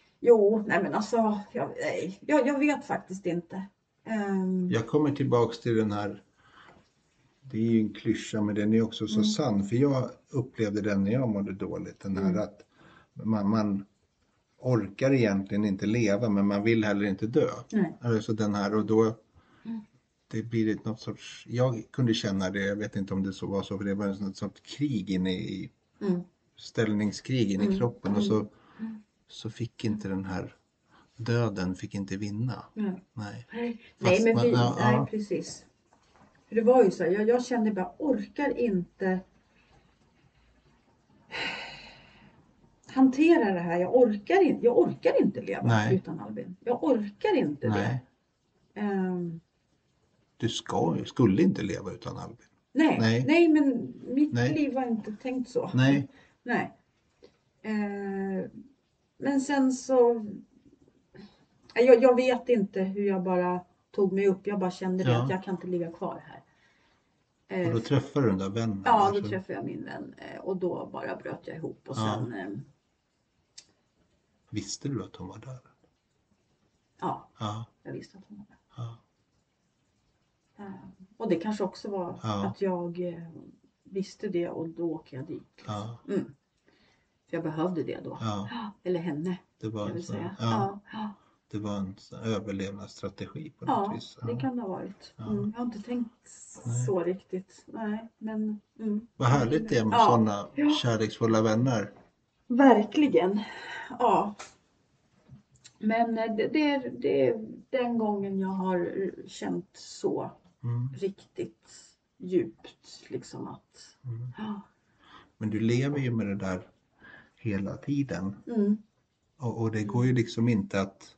jag vet faktiskt inte. Jag kommer tillbaks till den här, det är ju en klyscha men den är också så sann. För jag upplevde den när jag mådde dåligt. Den här att man orkar egentligen inte leva men man vill heller inte dö. Nej. Alltså den här och då det blir något sorts, jag kunde känna det, jag vet inte om det så var så för det var något sorts krig inne i ställningskrig inne i kroppen och så fick inte den här döden fick inte vinna. Nej. Nej, precis. För det var ju så, jag kände bara orkar inte hantera det här. Jag orkar inte leva utan Albin. Jag orkar inte det. Du skulle inte leva utan Albin. Nej, men mitt liv var inte tänkt så. Nej. Men sen så jag vet inte hur jag bara tog mig upp. Jag bara kände det att jag kan inte ligga kvar här. Och då träffade du den där vännen? Ja, då träffade jag min vän. Och då bara bröt jag ihop. Och sen... Visste du att hon var där? Ja, jag visste att hon var där. Ja. Och det kanske också var att jag visste det och då åker jag dit. Ja. För jag behövde det då. Eller henne. Det var jag vill säga. Det var en överlevnadsstrategi på något vis. Ja, det kan det ha varit. Jag har inte tänkt så riktigt. Nej, men... Vad härligt det är med sådana kärleksfulla vänner. Verkligen. Ja. Men det är den gången jag har känt så riktigt djupt. Liksom att... Men du lever ju med det där hela tiden. Och det går ju liksom inte att...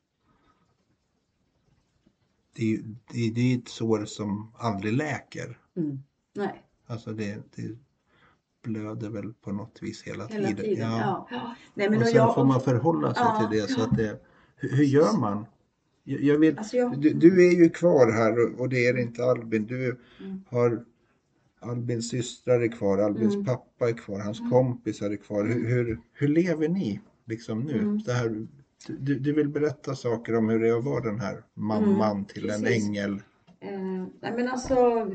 Det är ett sår som aldrig läker. Nej. Alltså det blöder väl på något vis hela tiden. Ja. Nej, men och sen får man förhålla sig till det. Så att det, hur gör man? Jag vet, du är ju kvar här och det är inte Albin. Du har Albins systrar är kvar, Albins pappa är kvar, hans kompisar är kvar. Hur lever ni liksom nu? Det här, du vill berätta saker om hur det är att vara den här mamman till en ängel. Nej men alltså...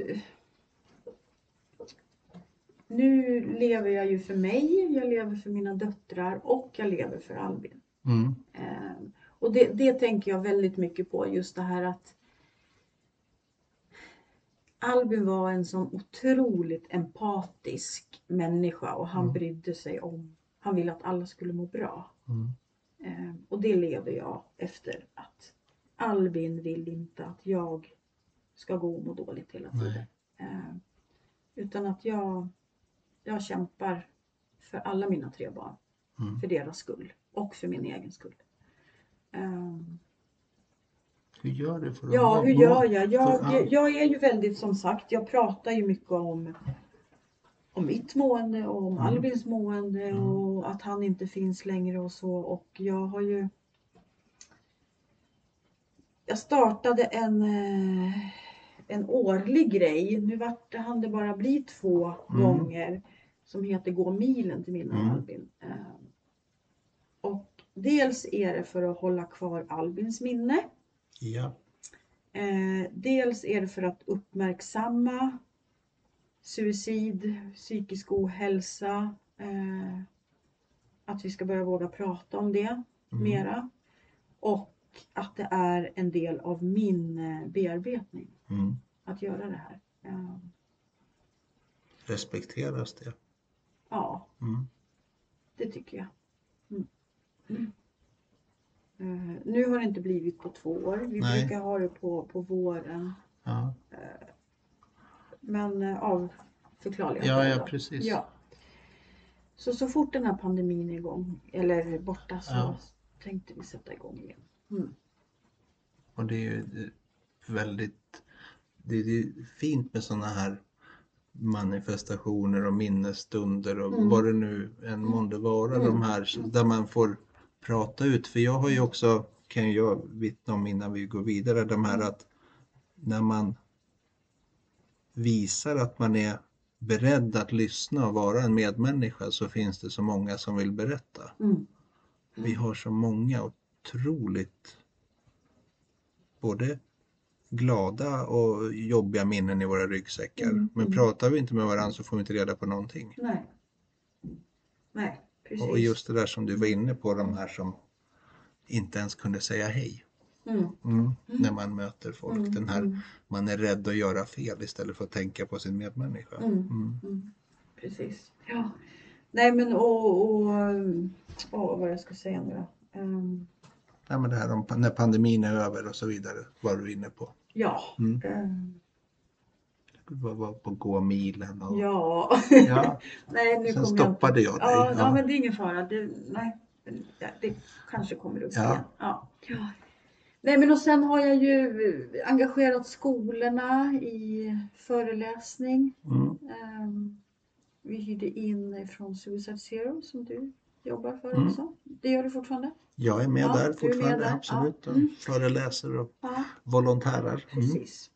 Nu lever jag ju för mig, jag lever för mina döttrar och jag lever för Albin. Och det tänker jag väldigt mycket på, just det här att Albin var en sån otroligt empatisk människa och han brydde sig om, han ville att alla skulle må bra. Och det lever jag efter, att Albin vill inte att jag ska gå och må dåligt hela tiden. Utan att jag kämpar för alla mina 3 barn. För deras skull. Och för min egen skull. Hur gör du för att hur gör jag? Jag är ju väldigt, som sagt, jag pratar ju mycket om mitt mående och om Albins mående och att han inte finns längre och så. Och jag har ju... Jag startade en årlig grej. Nu hann det bara bli 2 gånger. Som heter Gå milen till minne av Albin. Och dels är det för att hålla kvar Albins minne. Ja. Dels är det för att uppmärksamma suicid, psykisk ohälsa. Att vi ska börja våga prata om det mera. Och att det är en del av min bearbetning. Att göra det här. Respekteras det? Ja, det tycker jag. Nu har det inte blivit på 2 år. Vi brukar ha det på våren. Ja. Men av förklarliga skäl. Ja, precis. Ja. Så fort den här pandemin är igång eller borta så tänkte vi sätta igång igen. Och det är ju väldigt... Det är fint med sådana här manifestationer och minnesstunder och vad det nu än månde vara, de här där man får prata ut. För jag har ju också, kan jag vittna om innan vi går vidare, de här att när man visar att man är beredd att lyssna och vara en medmänniska, så finns det så många som vill berätta. Vi har så många otroligt både glada och jobbiga minnen i våra ryggsäckar. Men pratar vi inte med varandra så får vi inte reda på någonting. Nej, precis. Och just det där som du var inne på, de här som inte ens kunde säga hej. När man möter folk. Den här, man är rädd att göra fel istället för att tänka på sin medmänniska. Precis. Ja. Nej men vad jag ska säga nu då. Ja, men det här om när pandemin är över och så vidare var du inne på. Ja. Var på gåmilen och... Ja. Nej, nu sen stoppade jag dig. Ja, men det är ingen fara. Det kanske kommer upp igen. Ja. Nej, men och sen har jag ju engagerat skolorna i föreläsning. Vi hyrde in från Suicide Zero som du jobbar för också. Det gör du fortfarande? Jag är med där fortfarande, med där. Absolut. Ja. Föreläser och volontärer. Precis.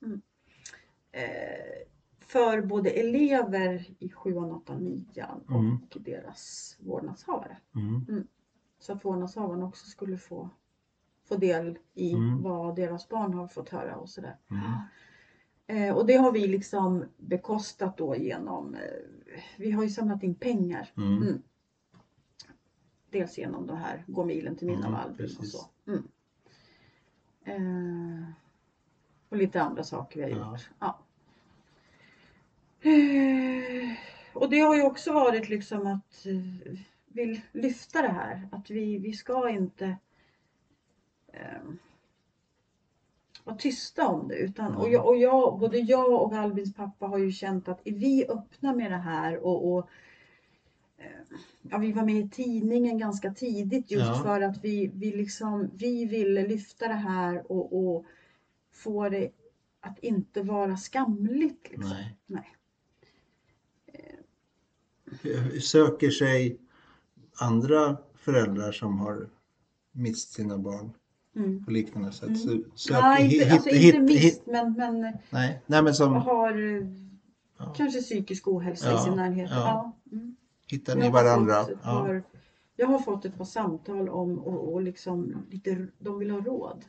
För både elever i 7, 8, 9 och deras vårdnadshavare. Så att vårdnadshavarna också skulle få del i vad deras barn har fått höra och sådär. Och det har vi liksom bekostat då genom, vi har ju samlat in pengar. Dels genom det här Gå milen till min av Albin och så. Och lite andra saker vi har gjort. Ja. Och det har ju också varit liksom att vill lyfta det här. Att vi ska inte vara tysta om det. Utan, både jag och Albins pappa har ju känt att är vi öppna med det här och vi var med i tidningen ganska tidigt just för att vi ville lyfta det här och få det att inte vara skamligt. Liksom. Nej. Söker sig andra föräldrar som har mist sina barn på liknande sätt? Inte mist, men men som har kanske psykisk ohälsa i sin närhet. Hittar ni varandra? Jag har fått ett par samtal om och liksom lite, de vill ha råd.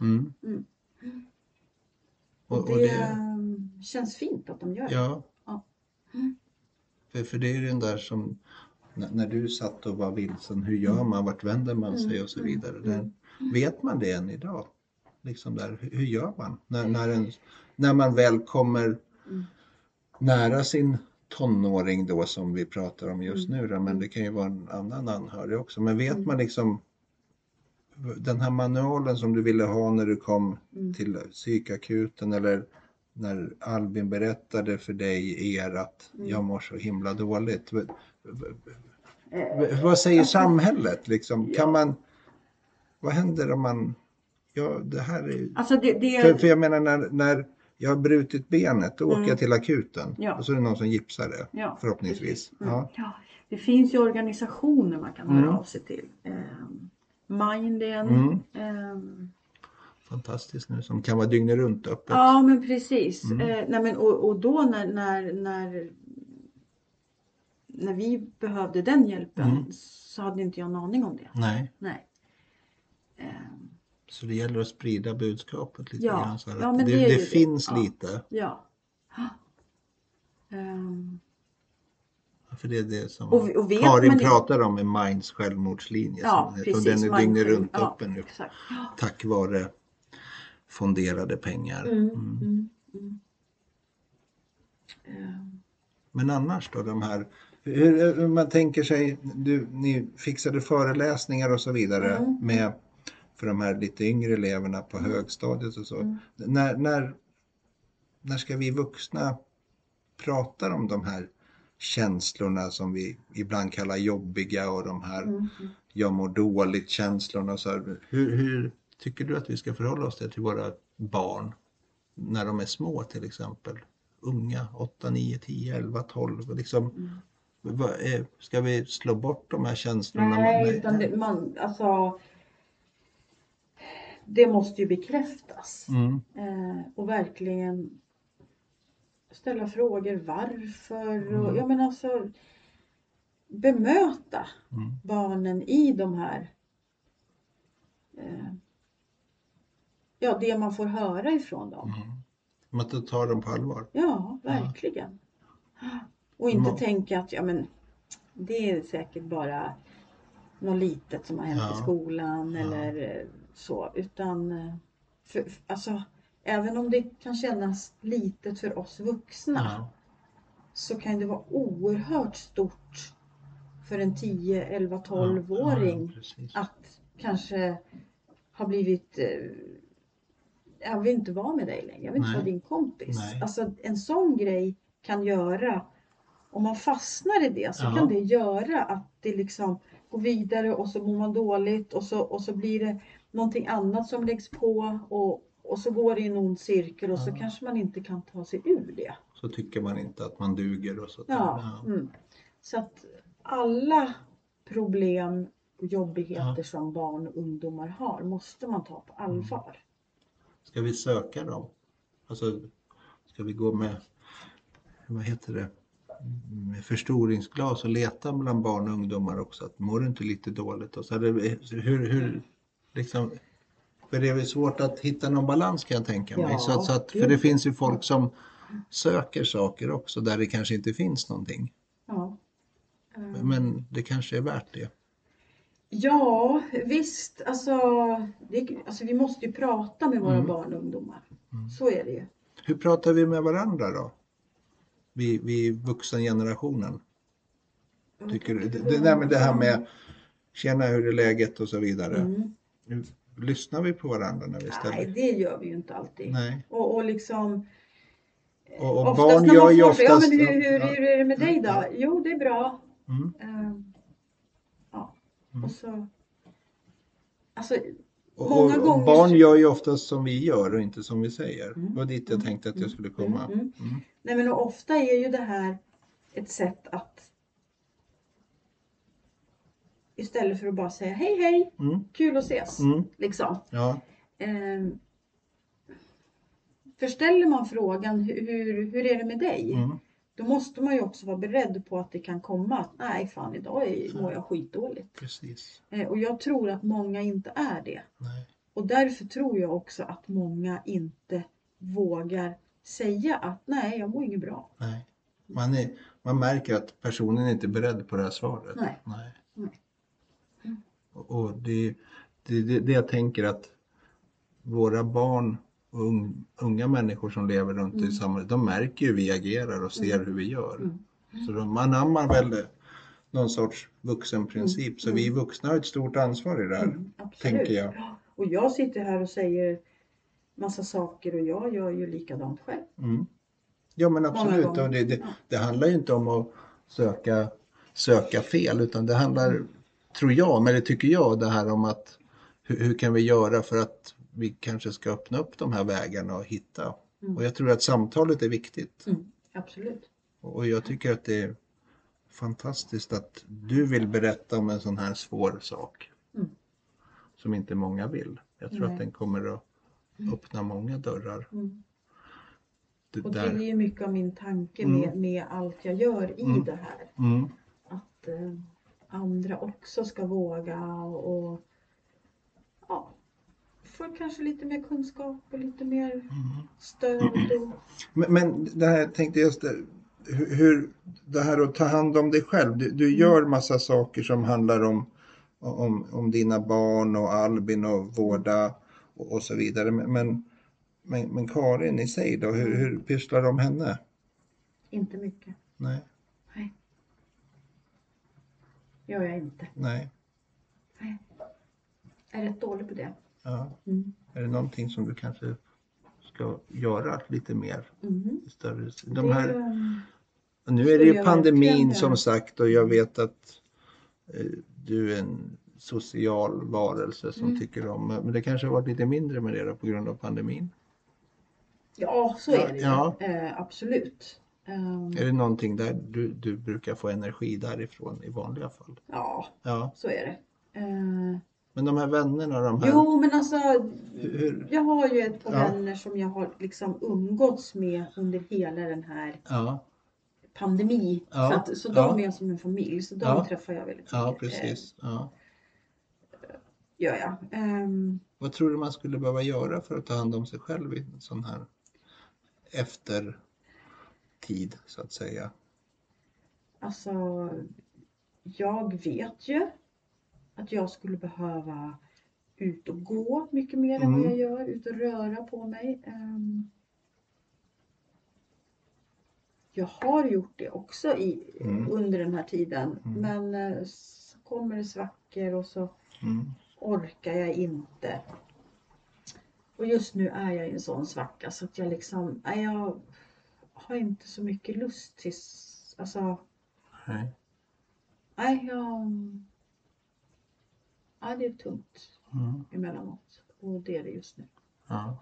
Och det känns fint att de gör det. För det är ju den där som när du satt och var vilsen, hur gör man, vart vänder man sig och så vidare. Vet man det än idag? Liksom där, hur gör man? När man väl kommer nära sin tonåring då som vi pratar om just nu då, men det kan ju vara en annan anhörig också. Men vet man liksom den här manualen som du ville ha när du kom till psykakuten, eller när Albin berättade för dig att jag mår så himla dåligt. Vad säger samhället liksom? Kan man, vad händer om man, det här är alltså för jag menar när jag har brutit benet, då åker jag till akuten och så är det någon som gipsar det förhoppningsvis. Det finns ju organisationer man kan höra av sig till. Minden. Fantastiskt nu, som kan vara dygnet runt öppet. Ja, men precis. Och då när vi behövde den hjälpen så hade inte jag en aning om det. Nej. Så det gäller att sprida budskapet lite grann. Så att det finns lite. Ja. För det är det som Karin pratar om med Minds självmordslinje. Precis, och den är dygnet runt öppen nu. Tack vare fonderade pengar. Men annars då, de här, hur man tänker sig, ni fixade föreläsningar och så vidare med för de här lite yngre eleverna på högstadiet och så. När ska vi vuxna prata om de här känslorna som vi ibland kallar jobbiga och de här jag mår dåligt känslorna. Så här, hur tycker du att vi ska förhålla oss till våra barn när de är små till exempel? Unga, 8, 9, 10, 11, 12. Liksom, ska vi slå bort de här känslorna? Nej, utan det måste ju bekräftas. Och verkligen ställa frågor varför. Och, jag menar alltså bemöta barnen i de här det man får höra ifrån dem. Man inte tar dem på allvar. Ja, verkligen. Och inte tänka att det är säkert bara något litet som har hänt i skolan eller så. Utan alltså, även om det kan kännas litet för oss vuxna så kan det vara oerhört stort för en 10, 11, 12-åring att kanske ha blivit jag vill inte vara med dig längre, jag vill inte vara din kompis. Alltså en sån grej kan göra, om man fastnar i det så kan det göra att det liksom går vidare och så mår man dåligt och så blir det någonting annat som läggs på och så går det i en ond cirkel och så kanske man inte kan ta sig ur det. Så tycker man inte att man duger och så. Så att alla problem och jobbigheter som barn och ungdomar har måste man ta på allvar. Ska vi söka dem? Alltså, ska vi gå med, vad heter det, med förstoringsglas och leta bland barn och ungdomar också? Att mår du inte lite dåligt? Och så hur liksom, för det är väl svårt att hitta någon balans kan jag tänka mig. Så att, för det finns ju folk som söker saker också där det kanske inte finns någonting. Men det kanske är värt det. Ja, visst. Alltså vi måste ju prata med våra barn och ungdomar. Så är det ju. Hur pratar vi med varandra då? Vi vuxengenerationen. Tycker du? Det här med känna hur är läget och så vidare. Lyssnar vi på varandra när vi ställer? Nej, det gör vi ju inte alltid. Nej. Och liksom... Och barn gör ju oftast... men hur är det med dig då? Jo, det är bra. Och så... Alltså, många gånger... Och barn gör ju oftast som vi gör och inte som vi säger. Det var dit jag tänkte att jag skulle komma. Nej, men ofta är ju det här ett sätt att istället för att bara säga hej, kul att ses. Liksom. Ja. Förställer man frågan hur är det med dig? Då måste man ju också vara beredd på att det kan komma att nej fan idag mår jag skitdåligt. Precis. Och jag tror att många inte är det. Nej. Och därför tror jag också att många inte vågar säga att nej jag mår inget bra. Nej. Man märker att personen inte är beredd på det här svaret. Nej. Och det jag tänker att våra barn och unga människor som lever runt i samhället, de märker ju hur vi agerar och ser hur vi gör. Så man anammar väl någon sorts vuxenprincip. Så vi vuxna har ett stort ansvar i det här, tänker jag. Ja. Och jag sitter här och säger massa saker och jag gör ju likadant själv. Ja men absolut. Och det handlar ju inte om att söka fel, utan det handlar, tror jag, men det tycker jag, det här om att hur kan vi göra för att vi kanske ska öppna upp de här vägarna och hitta. Och jag tror att samtalet är viktigt. Absolut. Och jag tycker att det är fantastiskt att du vill berätta om en sån här svår sak. Som inte många vill. Jag tror att den kommer att öppna många dörrar. Och det är ju mycket av min tanke med allt jag gör i det här. Att andra också ska våga och får kanske lite mer kunskap och lite mer stöd. Men det här tänkte jag just hur det här att ta hand om dig själv. Du gör massa saker som handlar om dina barn och Albin och vårda och så vidare. Men Karin i sig då, hur pysslar de henne? Inte mycket. Nej. Gör jag inte. Nej. Jag är rätt dålig på det. Ja. Är det någonting som du kanske ska göra lite mer? Större? Nu är det ju pandemin som sagt, och jag vet att du är en social varelse som tycker om, men det kanske har varit lite mindre med det på grund av pandemin. Ja, så är det ju. Absolut. Är det någonting där du brukar få energi därifrån i vanliga fall? Ja. Så är det. Men de här vännerna, de här... Jo, men alltså, jag har ju ett par vänner som jag har liksom umgåtts med under hela den här pandemi. Så de är som en familj, så de träffar jag väldigt mycket. Ja, precis. Gör jag. Vad tror du man skulle behöva göra för att ta hand om sig själv i en sån här eftertid, så att säga? Alltså, jag vet ju att jag skulle behöva ut och gå mycket mer än vad jag gör. Ut och röra på mig. Jag har gjort det också under den här tiden. Men så kommer det svackor och så orkar jag inte. Och just nu är jag i en sån svacka så att jag liksom, jag har inte så mycket lust till, alltså. Nej, det är tungt emellanåt. Och det är det just nu. Ja.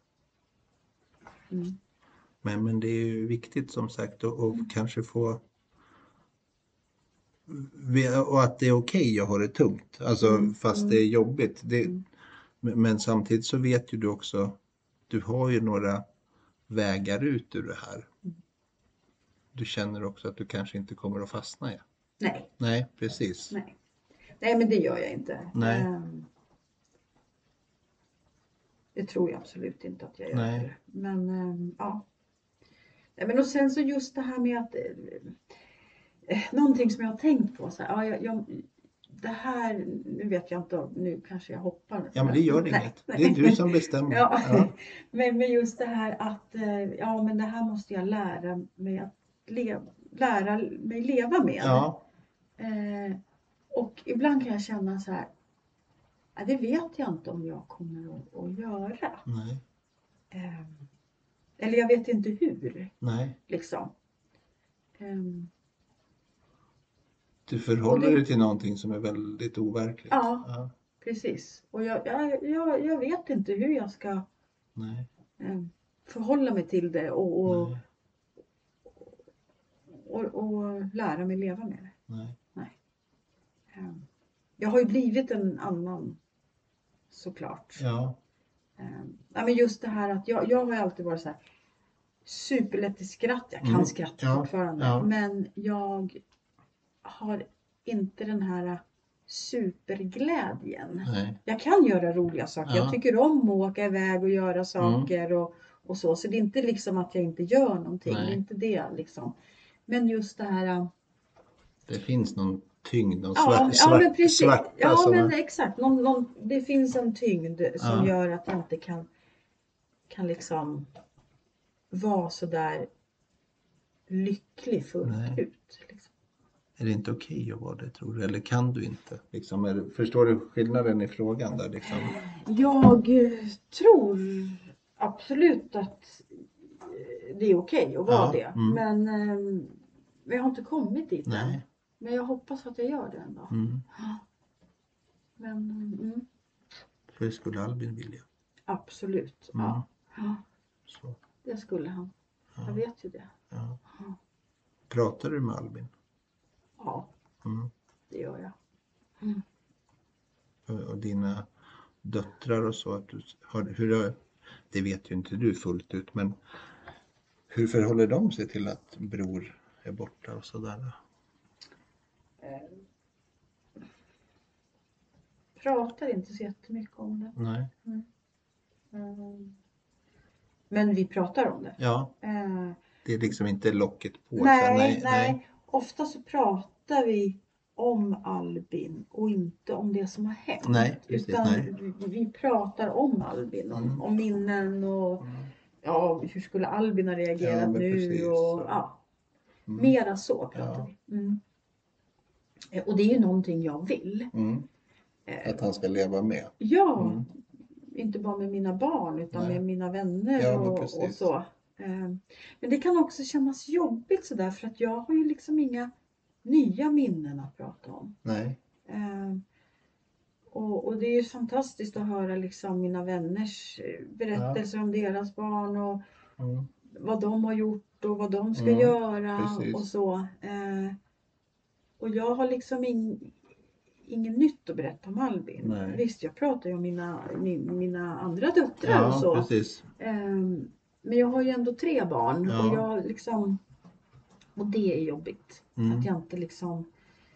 Men det är ju viktigt som sagt att kanske få... Och att det är okej att ha det tungt. Alltså fast det är jobbigt. Men samtidigt så vet ju du också, du har ju några vägar ut ur det här. Du känner också att du kanske inte kommer att fastna i. Nej, precis. Nej, men det gör jag inte. Nej. Det tror jag absolut inte att jag gör. Nej. Men Nej, men och sen så just det här med att någonting som jag har tänkt på så här, det här, nu vet jag inte, nu kanske jag hoppar. Ja, men det gör inget. Det är du som bestämmer. Ja. Men just det här att men det här måste jag lära mig att leva med. Ja. Och ibland kan jag känna så här, det vet jag inte om jag kommer att göra. Nej. Eller jag vet inte hur. Nej. Liksom. Du förhåller dig till någonting som är väldigt overkligt. Ja. Precis. Och jag vet inte hur jag ska förhålla mig till det och lära mig leva med det. Nej. Jag har ju blivit en annan, såklart. Ja. Men just det här att jag har alltid varit så här superlätt i skratt. Jag kan skratta fortfarande. Ja. Men jag har inte den här superglädjen. Nej. Jag kan göra roliga saker. Jag tycker om att åka iväg och göra saker och så. Så det är inte liksom att jag inte gör någonting. Nej. Det är inte det liksom. Men just det här... Det finns någon tyngd, någon men precis. Svarta men exakt. Det finns en tyngd som gör att jag inte kan liksom vara så där lycklig fullt ut. Liksom. Är det inte okej att vara det, tror du? Eller kan du inte? Liksom, förstår du skillnaden i frågan där? Liksom? Jag tror absolut att det är okej att vara det. Men jag har inte kommit dit än. Men jag hoppas att jag gör det ändå. Men, För det skulle Albin vilja? Absolut, Så. Det skulle han. Jag vet ju det. Ja. Pratar du med Albin? Ja, det gör jag. Och dina döttrar och så, att det vet ju inte du fullt ut, men hur förhåller de sig till att bror är borta och sådär? Pratar inte så jättemycket om det. Nej. Men vi pratar om det. Ja. Det är liksom inte locket på. Nej. Ofta så pratar vi om Albin och inte om det som har hänt. Nej, precis, utan vi pratar om Albin, om minnen och hur skulle Albin ha reagerat nu? Precis, och mera så pratar vi. Och det är ju någonting jag vill. Att han ska leva med. Ja, inte bara med mina barn utan med mina vänner och så. Men det kan också kännas jobbigt sådär, för att jag har ju liksom inga nya minnen att prata om. Nej. Och det är ju fantastiskt att höra liksom mina vänners berättelser om deras barn och vad de har gjort och vad de ska göra. Precis. Och så. Och jag har liksom inget nytt att berätta om Albin. Nej. Visst, jag pratar ju om mina andra döttrar och så. Precis. Men jag har ju ändå 3 barn och jag liksom, och det är jobbigt. Att jag inte liksom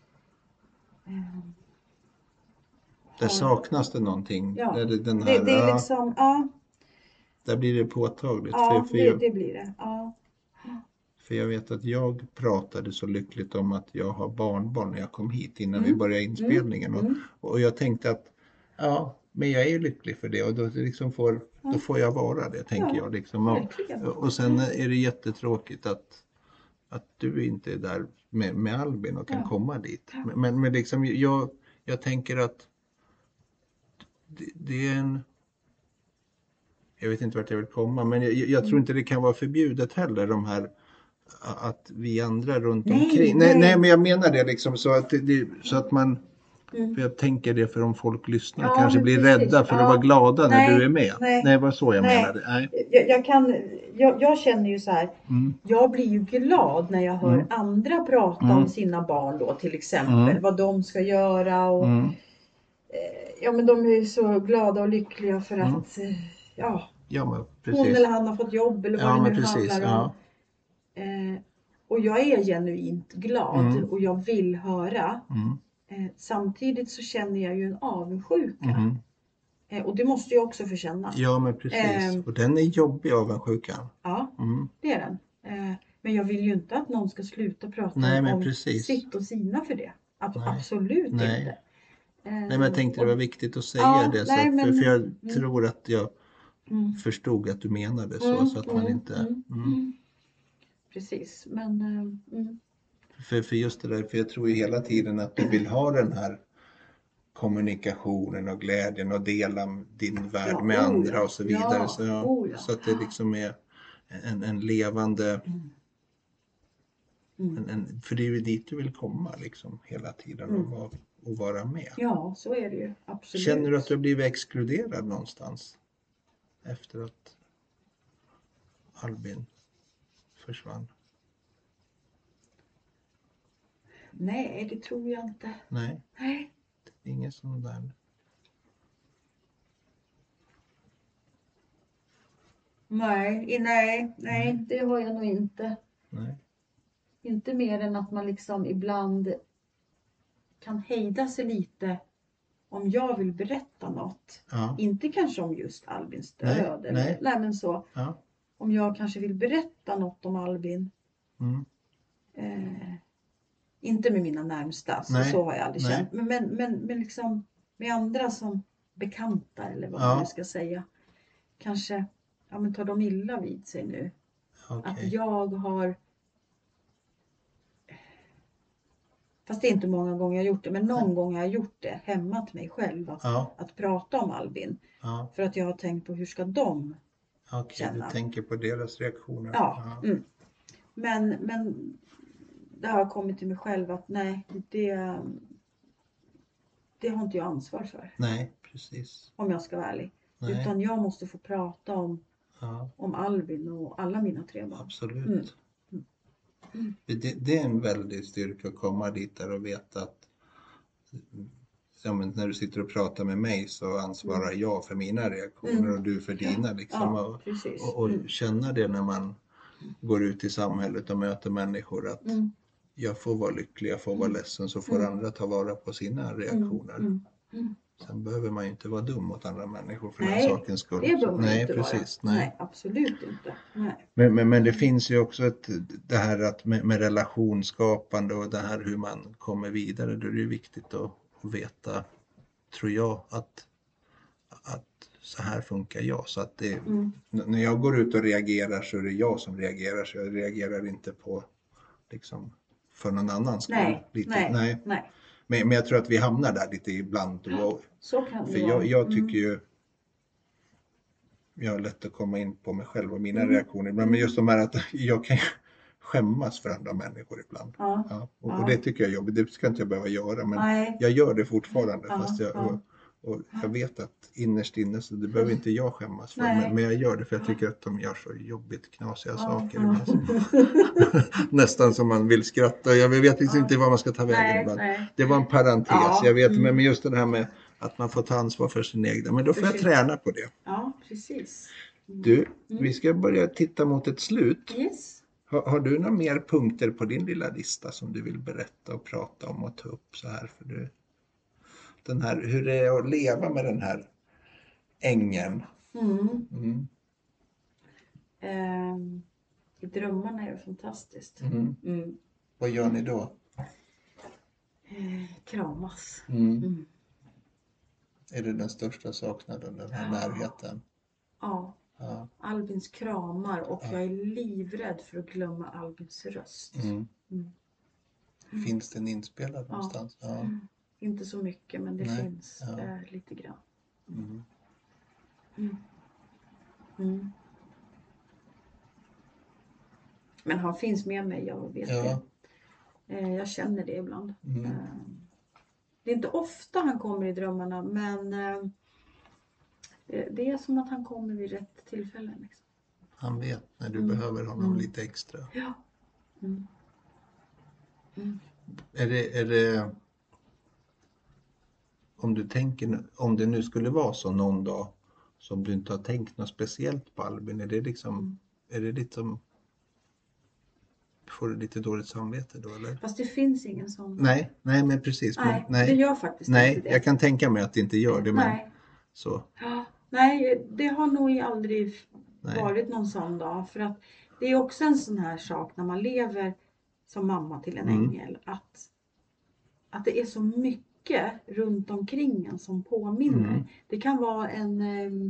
där saknas det någonting. Ja, den här, det är liksom, där blir det påtagligt. Ja, det blir det. Ja. För jag vet att jag pratade så lyckligt om att jag har barnbarn när jag kom hit innan vi började inspelningen. Och jag tänkte att men jag är ju lycklig för det och då, liksom då får jag vara det, tänker jag. Liksom. Och sen är det jättetråkigt att du inte är där med Albin och kan komma dit. Men liksom, jag tänker att det är en... Jag vet inte vart jag vill komma, men jag tror inte det kan vara förbjudet heller, de här att vi andra runt omkring. Nej, men jag menar det liksom så att man... För jag tänker det, för om folk lyssnar kanske blir rädda för att vara glada när du är med. Nej, det var så jag menade. Nej. Jag känner ju så här. Jag blir ju glad när jag hör andra prata om sina barn då, till exempel. Vad de ska göra. Och, men de är ju så glada och lyckliga för att men hon eller han har fått jobb eller vad det nu handlar om. Och jag är genuint glad och jag vill höra. Samtidigt så känner jag ju en avundsjuka. Och det måste jag också få känna. Ja, men precis. Och den är jobbig, avundsjukan. Ja, det är den. Men jag vill ju inte att någon ska sluta prata om sitt och sina för det. Absolut inte. Nej, men jag tänkte det var viktigt att säga det. För jag tror att jag förstod att du menade så att man inte... Precis, men... För just det där, för jag tror ju hela tiden att du vill ha den här kommunikationen och glädjen och dela din värld med andra och så vidare. Så att det liksom är en levande... för det är ju dit du vill komma liksom hela tiden och vara med. Ja, så är det ju. Absolut. Känner du att du har blivit exkluderad någonstans efter att Albin försvann? Nej, det tror jag inte. Nej. Ingen sån där. Nej, det har jag nog inte. Nej. Inte mer än att man liksom ibland kan hejda sig lite om jag vill berätta något. Inte kanske om just Albins död. Nej, men så. Om jag kanske vill berätta något om Albin. Inte med mina närmsta, så har jag aldrig känt. Men liksom med andra som bekanta eller vad man ska säga. Kanske tar de illa vid sig nu. Att jag har... Fast det är inte många gånger jag har gjort det. Men någon gång har jag gjort det hemma till mig själv. Att prata om Albin. För att jag har tänkt på hur ska de känna. Du tänker på deras reaktioner. Men det har kommit till mig själv att nej, det har inte jag ansvar för. Nej, precis. Om jag ska vara ärlig. Utan jag måste få prata om Albin och alla mina 3 barn. Absolut. Det är en väldig styrka att komma dit där och veta att när du sitter och pratar med mig så ansvarar jag för mina reaktioner och du för dina. Liksom, och känna det när man går ut i samhället och möter människor att jag får vara lycklig, jag får vara ledsen, så får andra ta vara på sina reaktioner. Sen behöver man ju inte vara dum mot andra människor för den sakens skull. Det behöver man inte precis. Vara. Nej, absolut inte. Men det finns ju också det här att med relationsskapande och det här hur man kommer vidare. Då är det ju viktigt att veta, tror jag, att så här funkar jag. Så att när jag går ut och reagerar så är det jag som reagerar. Så jag reagerar inte på liksom för någon annans skull. Nej. Men jag tror att vi hamnar där lite ibland. Så kan det vara. För jag tycker ju, jag har lätt att komma in på mig själv och mina reaktioner. Men just de här att jag kan skämmas för andra människor ibland. Och det tycker jag är jobbigt. Det ska inte jag behöva göra. Men jag gör det fortfarande. Fast Och jag vet att innerst inne så det behöver inte jag skämmas för. Men jag gör det för jag tycker att de gör så jobbigt knasiga saker. Nästan som man vill skratta. Jag vet liksom inte vad man ska ta vägen ibland. Det var en parentes. Jag vet, men just det här med att man får ta ansvar för sin egna. Men då får jag träna på det. Ja, precis. Du, vi ska börja titta mot ett slut. Yes. Har du några mer punkter på din lilla lista som du vill berätta och prata om och ta upp så här? För du, den här, hur det är att leva med den här ängen. I drömmarna är det fantastiskt. Vad gör ni då? Kramas. Är det den största saknaden, den här närheten? Ja. Albins kramar och jag är livrädd för att glömma Albins röst. Finns den inspelad någonstans? Ja. Inte så mycket, men det finns lite grann. Men han finns med mig, jag vet det. Jag känner det ibland. Det är inte ofta han kommer i drömmarna, men det är som att han kommer vid rätt tillfälle. Liksom. Han vet när du behöver honom lite extra. Ja. Är det om det nu skulle vara så någon dag som du inte har tänkt något speciellt på Albin, är det liksom får du lite dåligt samvete då, eller? Fast det finns ingen sån. Nej, men precis. Nej, det gör faktiskt inte det. Jag kan tänka mig att det inte gör det, men så. Nej, det har nog aldrig varit någon sån dag. För att det är också en sån här sak när man lever som mamma till en ängel. Att det är så mycket runt omkring en som påminner. Det kan vara en...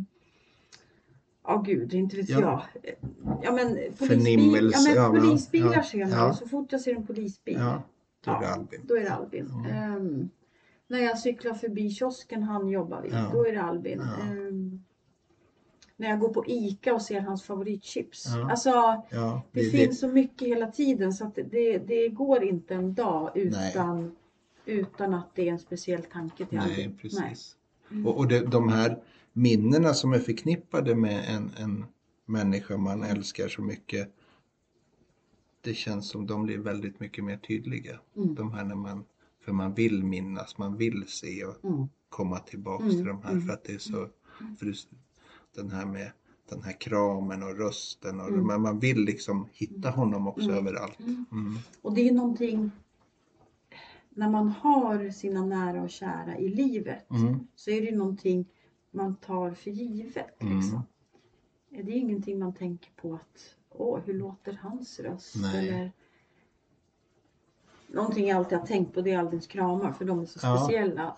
gud, inte vet jag. Ja, men polisbilar ser man. Så fort jag ser en polisbil. Då är det Albin. Då är det Albin. När jag cyklar förbi kiosken han jobbar vid, då är det Albin. När jag går på Ica och ser hans favoritchips. Alltså, det finns så mycket hela tiden så att det går inte en dag utan att det är en speciell tanke till Albin. Nej, precis. Och de här minnena som är förknippade med en människa man älskar så mycket, det känns som de blir väldigt mycket mer tydliga. De här för man vill minnas, man vill se och komma tillbaka till de här för att det är så, för den här med den här kramen och rösten och men man vill liksom hitta honom också överallt. Och det är någonting när man har sina nära och kära i livet så är det någonting man tar för givet liksom. Det är ingenting man tänker på att hur låter hans röst? Eller någonting jag alltid har tänkt på, det är Albins kramar för de är så speciella.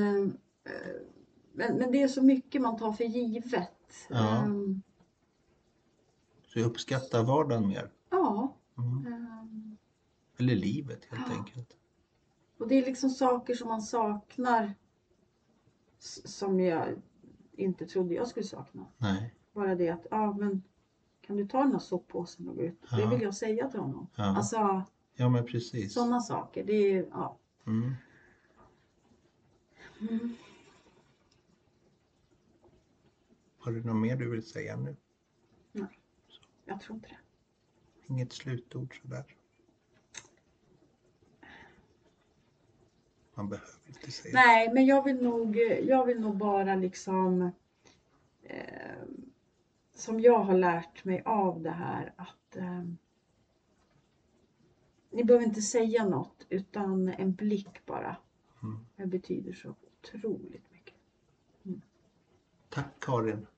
Men det är så mycket man tar för givet. Så jag uppskattar vardagen mer. Eller livet helt enkelt. Och det är liksom saker som man saknar som jag inte trodde jag skulle sakna. Nej. Bara det att, men kan du ta den här soppåsen och gå ut? Det vill jag säga till honom. Alltså, men precis. Sådana saker, det är Har du något mer du vill säga nu? Nej, jag tror inte det. Inget slutord sådär. Man behöver inte säga. Nej, men jag vill nog bara liksom som jag har lärt mig av det här att ni behöver inte säga något utan en blick bara. Det betyder så otroligt mycket. Tack Karin.